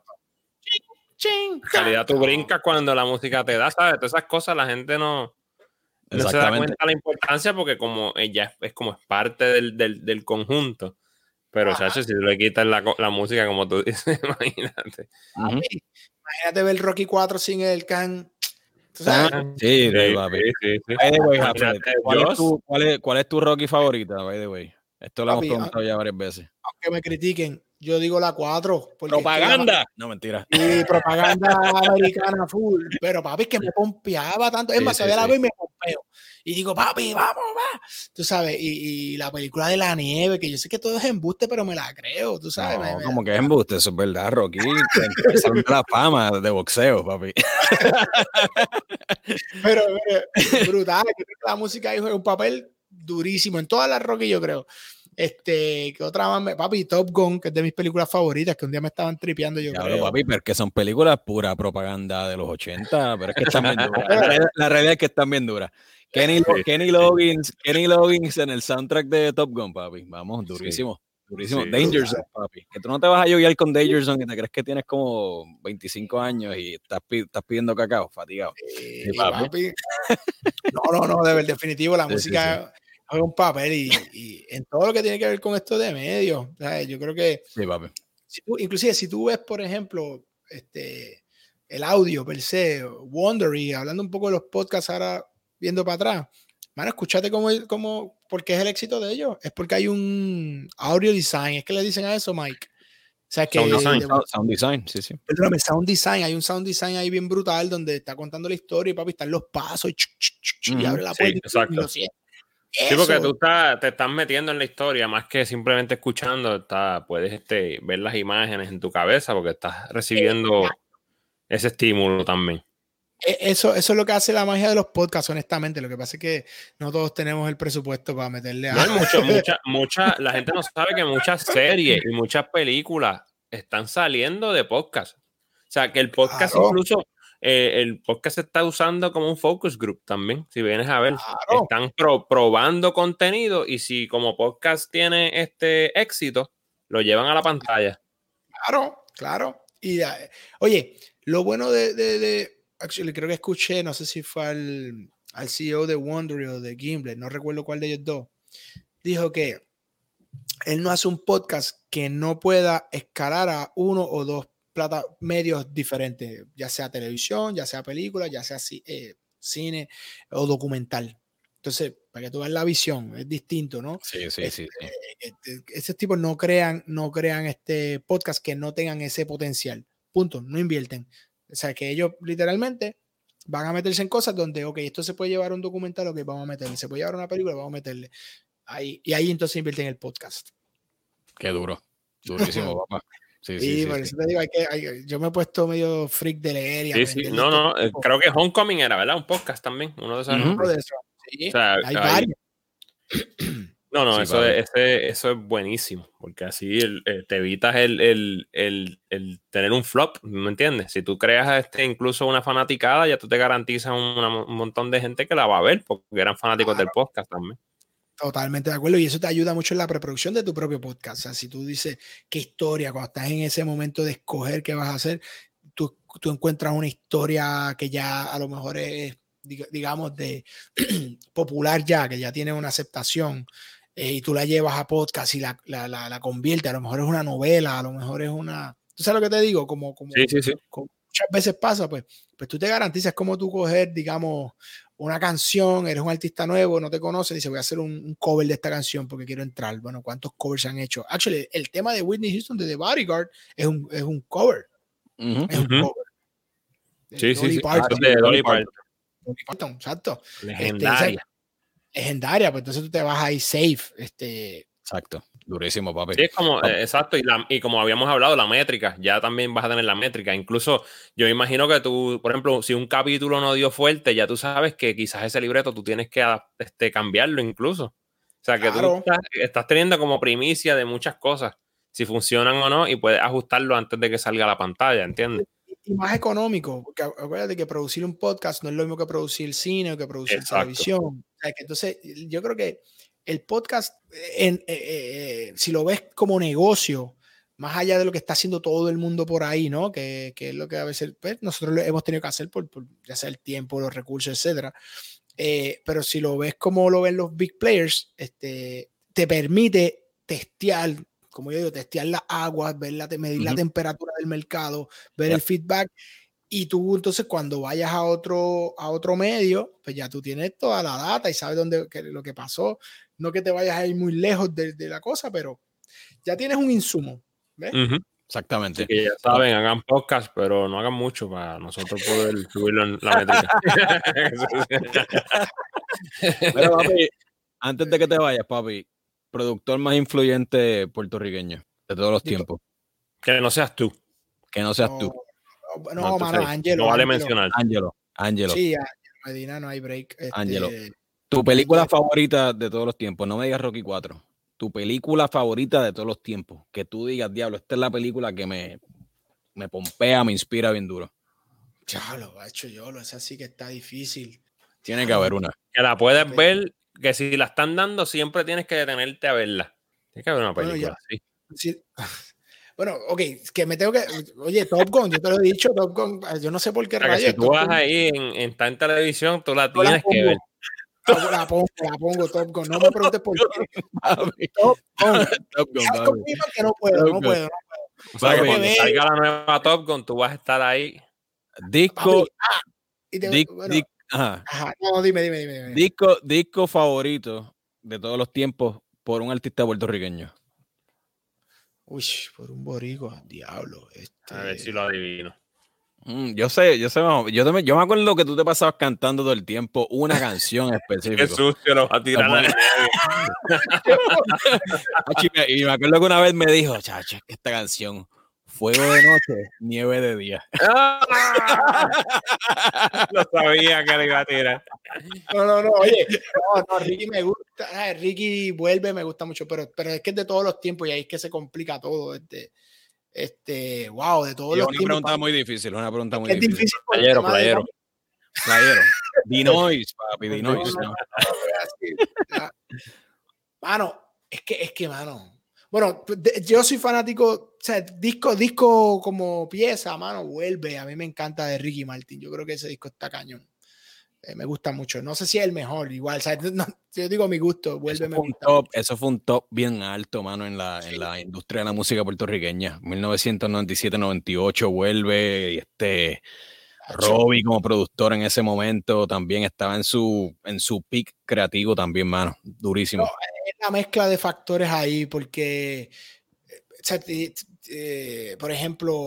En realidad tú brincas cuando la música te da, ¿sabes? Todas esas cosas la gente no, no se da cuenta de la importancia porque como ella es, es como es parte del, del, del conjunto. Pero, chacho, si tú le quitas la, la música, como tú dices, imagínate. Uh-huh. Imagínate ver Rocky cuatro sin el can. ¿Tú sabes? Sí, sí, papi. Sí, sí, sí. By the way, Jafet, ¿cuál, es tu, cuál, es, ¿Cuál es tu Rocky favorita, by the way? Esto lo papi, hemos preguntado ya varias veces. Aunque me critiquen, yo digo la cuatro. ¡Propaganda! La... No, mentira. Sí, propaganda americana full. Pero, papi, es que me pompeaba tanto. Es sí, más, sí, todavía sí. la veo y me pompeo. Y digo, papi, vamos, va. Tú sabes, y, y la película de la nieve, que yo sé que todo es embuste, pero me la creo, tú sabes. No, me, me... como que es embuste, eso es verdad, Rocky. Empezando la fama de boxeo, papi. pero, pero, brutal. Yo creo que la música ahí juega un papel durísimo en todas las Rocky, yo creo. Este, que otra más, me, papi, Top Gun, que es de mis películas favoritas, que un día me estaban tripeando, yo claro, creo. Papi, pero que son películas pura propaganda de los ochenta, pero es que están bien duras. La realidad, la realidad es que están bien duras. Kenny, Kenny Loggins, Kenny Loggins en el soundtrack de Top Gun, papi. Vamos, durísimo. Sí. Durísimo. Sí, Danger Zone, papi. Que tú no te vas a lloviar con Danger Zone y te crees que tienes como veinticinco años y estás, estás pidiendo cacao, fatigado. Sí, sí, papi. papi. No, no, no, de ver, definitivo, la sí, música sí, sí. juega un papel y, y en todo lo que tiene que ver con esto de medios. ¿Sabes? Yo creo que. Sí, papi. Si tú, inclusive, si tú ves, por ejemplo, este, el audio per se, Wondery, hablando un poco de los podcasts ahora viendo para atrás, mano, escúchate cómo, cómo, porque es el éxito de ellos. Es porque hay un audio design. Es que le dicen a eso, Mike. O sea, que sound design, de, sound design, sí, sí. Perdóname, sound design. Hay un sound design ahí bien brutal donde está contando la historia y papi, están los pasos y, ch, ch, ch, mm-hmm. y abre la puerta sí, y, y lo siente. Sí, porque tú estás, te estás metiendo en la historia más que simplemente escuchando. Está, puedes este, ver las imágenes en tu cabeza porque estás recibiendo ese estímulo también. Eso, eso es lo que hace la magia de los podcasts, honestamente. Lo que pasa es que no todos tenemos el presupuesto para meterle a... No, mucho, mucha, mucha, la gente no sabe que muchas series y muchas películas están saliendo de podcast. O sea, que el podcast claro. incluso... Eh, el podcast se está usando como un focus group también, si vienes a ver, claro. están pro, probando contenido y si como podcast tiene este éxito, lo llevan a la pantalla. Claro, claro. Y uh, oye, lo bueno de, de, de actually, creo que escuché, no sé si fue al, al C E O de Wondery o de Gimlet, no recuerdo cuál de ellos dos, dijo que él no hace un podcast que no pueda escalar a uno o dos plata, medios diferentes, ya sea televisión, ya sea película, ya sea eh, cine o documental. Entonces, para que tú veas la visión, es distinto, ¿no? Sí, sí, este, sí. sí. Este, esos tipos no crean, no crean este podcast que no tengan ese potencial. Punto, no invierten. O sea, que ellos literalmente van a meterse en cosas donde, ok, esto se puede llevar a un documental, ok, vamos a meterle. Se puede llevar a una película, vamos a meterle. Ahí, y ahí entonces invierten en el podcast. Qué duro. Durísimo, papá. Sí, sí, Sí, sí. por sí, eso sí. te digo, hay que, hay, yo me he puesto medio freak de leer y Sí, sí. aprender. No, no, eh, creo que Homecoming era, ¿verdad? Un podcast también, uno de esos Ujú. ejemplos. de eso. Sí, O sea, hay ahí- varios. No, no, Sí, eso, papi. es, ese- eso es buenísimo, porque así el- eh, te evitas el, el, el, el tener un flop, ¿me entiendes? Si tú creas este, incluso una fanaticada, ya tú te garantizas una- un montón de gente que la va a ver, porque eran fanáticos Claro. del podcast también. Totalmente de acuerdo, y eso te ayuda mucho en la preproducción de tu propio podcast. O sea, si tú dices qué historia, cuando estás en ese momento de escoger qué vas a hacer, tú, tú encuentras una historia que ya a lo mejor es, diga- digamos, de popular ya, que ya tiene una aceptación, eh, y tú la llevas a podcast y la, la, la, la convierte, a lo mejor es una novela, a lo mejor es una... ¿Tú sabes lo que te digo? Como, como, Sí, sí, sí. como muchas veces pasa, pues, pues tú te garantizas cómo tú coger, digamos, una canción, eres un artista nuevo, no te conocen, y dice, voy a hacer un, un cover de esta canción porque quiero entrar. Bueno, ¿cuántos covers se han hecho? Actually, el tema de Whitney Houston de The Bodyguard es un, es un cover. Ujú. Es un Ujú. cover. De Sí, sí, Dolly sí. Parton. Eso es de Dolly Parton. Dolly Parton, exacto. Legendaria. Este, legendaria, pues entonces tú te vas ahí safe. Este, Exacto. Durísimo, papi. Sí, es como, Papi. eh, exacto, y, la, y como habíamos hablado, la métrica, ya también vas a tener la métrica. Incluso yo imagino que tú, por ejemplo, si un capítulo no dio fuerte, ya tú sabes que quizás ese libreto tú tienes que este, cambiarlo incluso. O sea, que Claro. tú estás, estás teniendo como primicia de muchas cosas, si funcionan o no, y puedes ajustarlo antes de que salga a la pantalla, ¿entiendes? Y más económico, porque acuérdate que producir un podcast no es lo mismo que producir cine o que producir Exacto. televisión. O sea, que entonces, yo creo que el podcast, en, eh, eh, si lo ves como negocio, más allá de lo que está haciendo todo el mundo por ahí, ¿no? Que, que es lo que a veces pues, nosotros hemos tenido que hacer por, por ya sea el tiempo, los recursos, etcétera. Eh, pero si lo ves como lo ven los big players, este, te permite testear, como yo digo, testear las aguas, ver la, medir uh-huh. la temperatura del mercado, ver yeah. el feedback. Y tú entonces cuando vayas a otro, a otro medio, pues ya tú tienes toda la data y sabes dónde, que, lo que pasó. No que te vayas a ir muy lejos de, de la cosa, pero ya tienes un insumo. ¿Ves? Uh-huh. Exactamente. Así que ya saben, hagan podcast, pero no hagan mucho para nosotros poder subirlo en la métrica. Pero, papi, antes de que te vayas, papi, productor más influyente puertorriqueño de todos los tiempos. Que no seas tú. Que no seas no, tú. No, no mano, Ángelo. No vale Angelo. mencionar. Ángelo. Ángelo. Sí, Ángelo Medina, no hay break. Ángelo. Este, tu película Ángelo. favorita de todos los tiempos, no me digas Rocky cuatro. Tu película favorita de todos los tiempos. Que tú digas, diablo, esta es la película que me, me pompea, me inspira bien duro. Ya lo ha hecho yo, esa sí que está difícil. Tiene que haber una. Que la puedes okay. ver, que si la están dando, siempre tienes que detenerte a verla. Tiene que haber una película bueno, ya, así. Sí. Bueno, ok, que me tengo que. Oye, Top Gun, yo te lo he dicho, Top Gun, yo no sé por qué o sea, rayos. Si tú vas Gun, ahí en, en, está en televisión, tú la tienes la que ver. La, la pongo, la pongo, Top Gun. No me preguntes por qué. Top Gun. Top Gun, que no puedo, no puedo, no puedo. O sea, que cuando salga la nueva Top Gun, tú vas a estar ahí. Disco. Ah, y te, Dic, bueno, dic, ajá. Ajá, no, dime, dime, dime, dime. Disco, disco favorito de todos los tiempos por un artista puertorriqueño. Uy, por un boricua, diablo. Este... A ver si lo adivino. Mm, yo sé, yo sé, yo, te, yo me acuerdo que tú te pasabas cantando todo el tiempo una canción específica. Qué sucio lo va a tirar al medio. Y me acuerdo que una vez me dijo, chacho, es que esta canción, fuego de noche, nieve de día. Lo sabía que le iba a tirar. No, no, no, oye, no, no, Ricky me gusta, Ricky vuelve, me gusta mucho, pero, pero es que es de todos los tiempos y ahí es que se complica todo. Este, este, wow, de todos y los una tiempos. Pregunta para... muy difícil, una pregunta muy es difícil. difícil playero, playero. De... Playero. Dinois, papi, Dinois. No, no, no, no, mano, es que, es que, mano. Bueno, yo soy fanático, o sea, disco, disco como pieza, mano, vuelve. A mí me encanta de Ricky Martin. Yo creo que ese disco está cañón. Eh, me gusta mucho. No sé si es el mejor, igual. O sea, no, yo digo mi gusto, vuelve. Eso me fue, gusta top, eso fue un top bien alto, mano, en la, sí. en la industria de la música puertorriqueña. mil novecientos noventa y siete noventa y ocho vuelve. Y este Robbie como productor en ese momento también estaba en su, en su peak creativo también, mano. Durísimo. No, es la mezcla de factores ahí, porque, o sea, eh, eh, por ejemplo,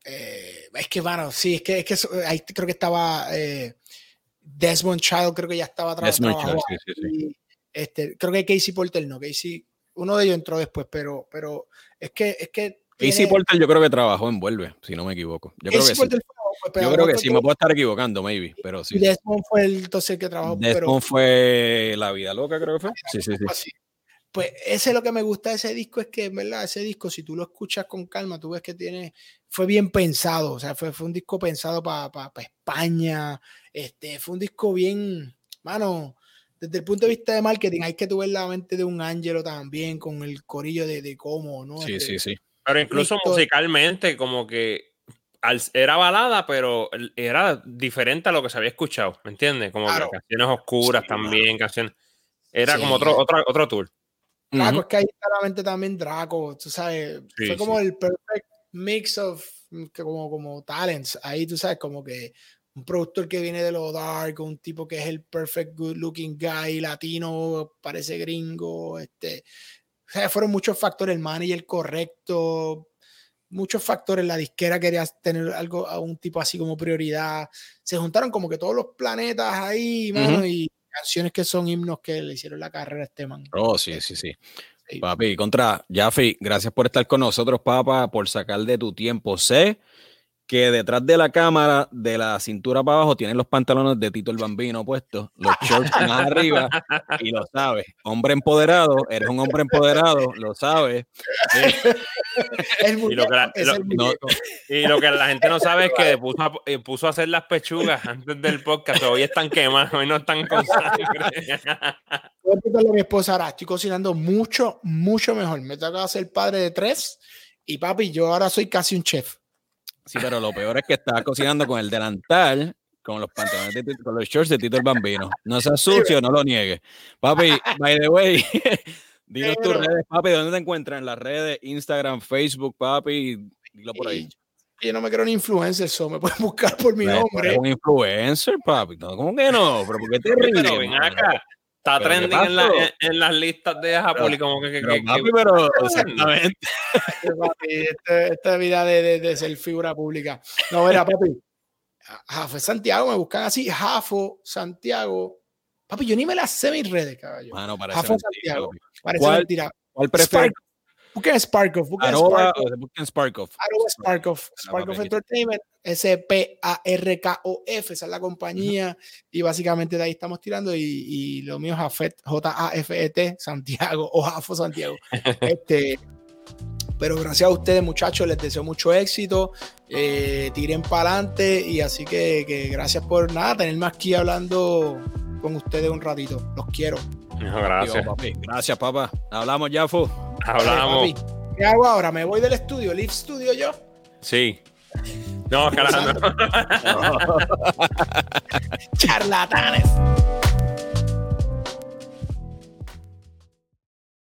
eh, es que, bueno, sí, es que, es que eso, ahí creo que estaba eh, Desmond Child, creo que ya estaba tra Desmond trabajando. Child, sí, sí, sí. Este, creo que Casey Porter no, Casey, uno de ellos entró después, pero, pero es que, es que Casey tiene, Porter yo creo que trabajó en Vuelve, si no me equivoco. Yo creo Casey que sí. Porter fue, pero Yo a lo creo que mejor sí, fue me puedo estar equivocando, maybe, pero sí. y Desmond fue el entonces el que trabajó. Desmond pero, fue La Vida Loca, creo que fue. Sí, sí, sí. así. Pues ese es lo que me gusta de ese disco, es que, en verdad, ese disco, si tú lo escuchas con calma, tú ves que tiene, fue bien pensado, o sea, fue, fue un disco pensado para pa, pa España, este, fue un disco bien, mano, desde el punto de vista de marketing, hay que tu ver la mente de un Ángelo también, con el corillo de, de cómo, ¿no? Sí, este, sí, sí. Pero incluso Listo. musicalmente, como que al, era balada, pero era diferente a lo que se había escuchado, ¿me entiendes? Como Claro. que canciones oscuras Sí, también, canciones. Era sí. como otro, otro, otro tour. Draco, Uh-huh. es que ahí está la mente también Draco, tú sabes, Sí, fue como sí. el perfect mix of, que como, como talents, ahí tú sabes, como que un productor que viene de lo dark, un tipo que es el perfect good looking guy, latino, parece gringo, este, o sea, fueron muchos factores, el manager correcto, muchos factores, la disquera quería tener algo a un tipo así como prioridad, se juntaron como que todos los planetas ahí, mano, Uh-huh. y canciones que son himnos que le hicieron la carrera a este man. Oh, sí, sí, sí. Sí. Papi, contra, Jaffe, gracias por estar con nosotros, papá, por sacar de tu tiempo. Sé que detrás de la cámara, de la cintura para abajo, tienen los pantalones de Tito el Bambino puestos, los shorts más arriba, y lo sabes. Hombre empoderado, eres un hombre empoderado, lo sabes. Eh, El Y lo, que la, es lo, el no, y lo que la gente no sabe es que puso a, eh, puso a hacer las pechugas antes del podcast. Hoy están quemadas, hoy no están con sangre. mi esposa ahora, estoy cocinando mucho, mucho mejor. Me toca ser padre de tres y papi, yo ahora soy casi un chef. Sí, pero lo peor es que estás cocinando con el delantal, con los pantalones, de, con los shorts de Tito el Bambino. No seas sucio, no lo niegues. Papi, by the way, dinos tus redes, papi, ¿dónde te encuentras? En las redes, Instagram, Facebook, papi, dilo por ahí. Y yo no me creo ni influencer, so me pueden buscar por mi Pues, nombre. eres un influencer, papi. No, ¿cómo que no? ¿Pero por qué te ríes? Pero ven acá. Está ¿Pero qué trending en, la, pasó? en, en las listas de Japón y como que... que, Pero, que, papi, que- pero exactamente. Papi, esta, esta vida de, de, de ser figura pública. No, mira, papi. Jafo Santiago, me buscan así, Jafo Santiago. Papi, yo ni me las sé mis redes, caballo. Mano, parece Jafo mentira, Santiago. papi. Parece ¿Cuál- mentira. ¿Cuál prefieres? Spark, busquen Sparkoff, busquen Arroba, Sparkoff. o busquen Sparkoff. Arroba Sparkoff, Sparkoff papi, Entertainment, S P A R K O F, esa es la compañía, y básicamente de ahí estamos tirando, y, y lo mío es Jafet, J A F E T, Santiago, o Jafo Santiago. este, pero gracias a ustedes, muchachos, les deseo mucho éxito, eh, tiren para adelante, y así que, que gracias por nada, tenerme aquí hablando con ustedes un ratito, los quiero. No, gracias. Dios, papi. Gracias, papá. Hablamos, Jafo. Hablamos. Dale, papi. ¿Qué hago ahora? ¿Me voy del estudio? ¿Live Studio yo? Sí. No, carajo. No. Charlatanes.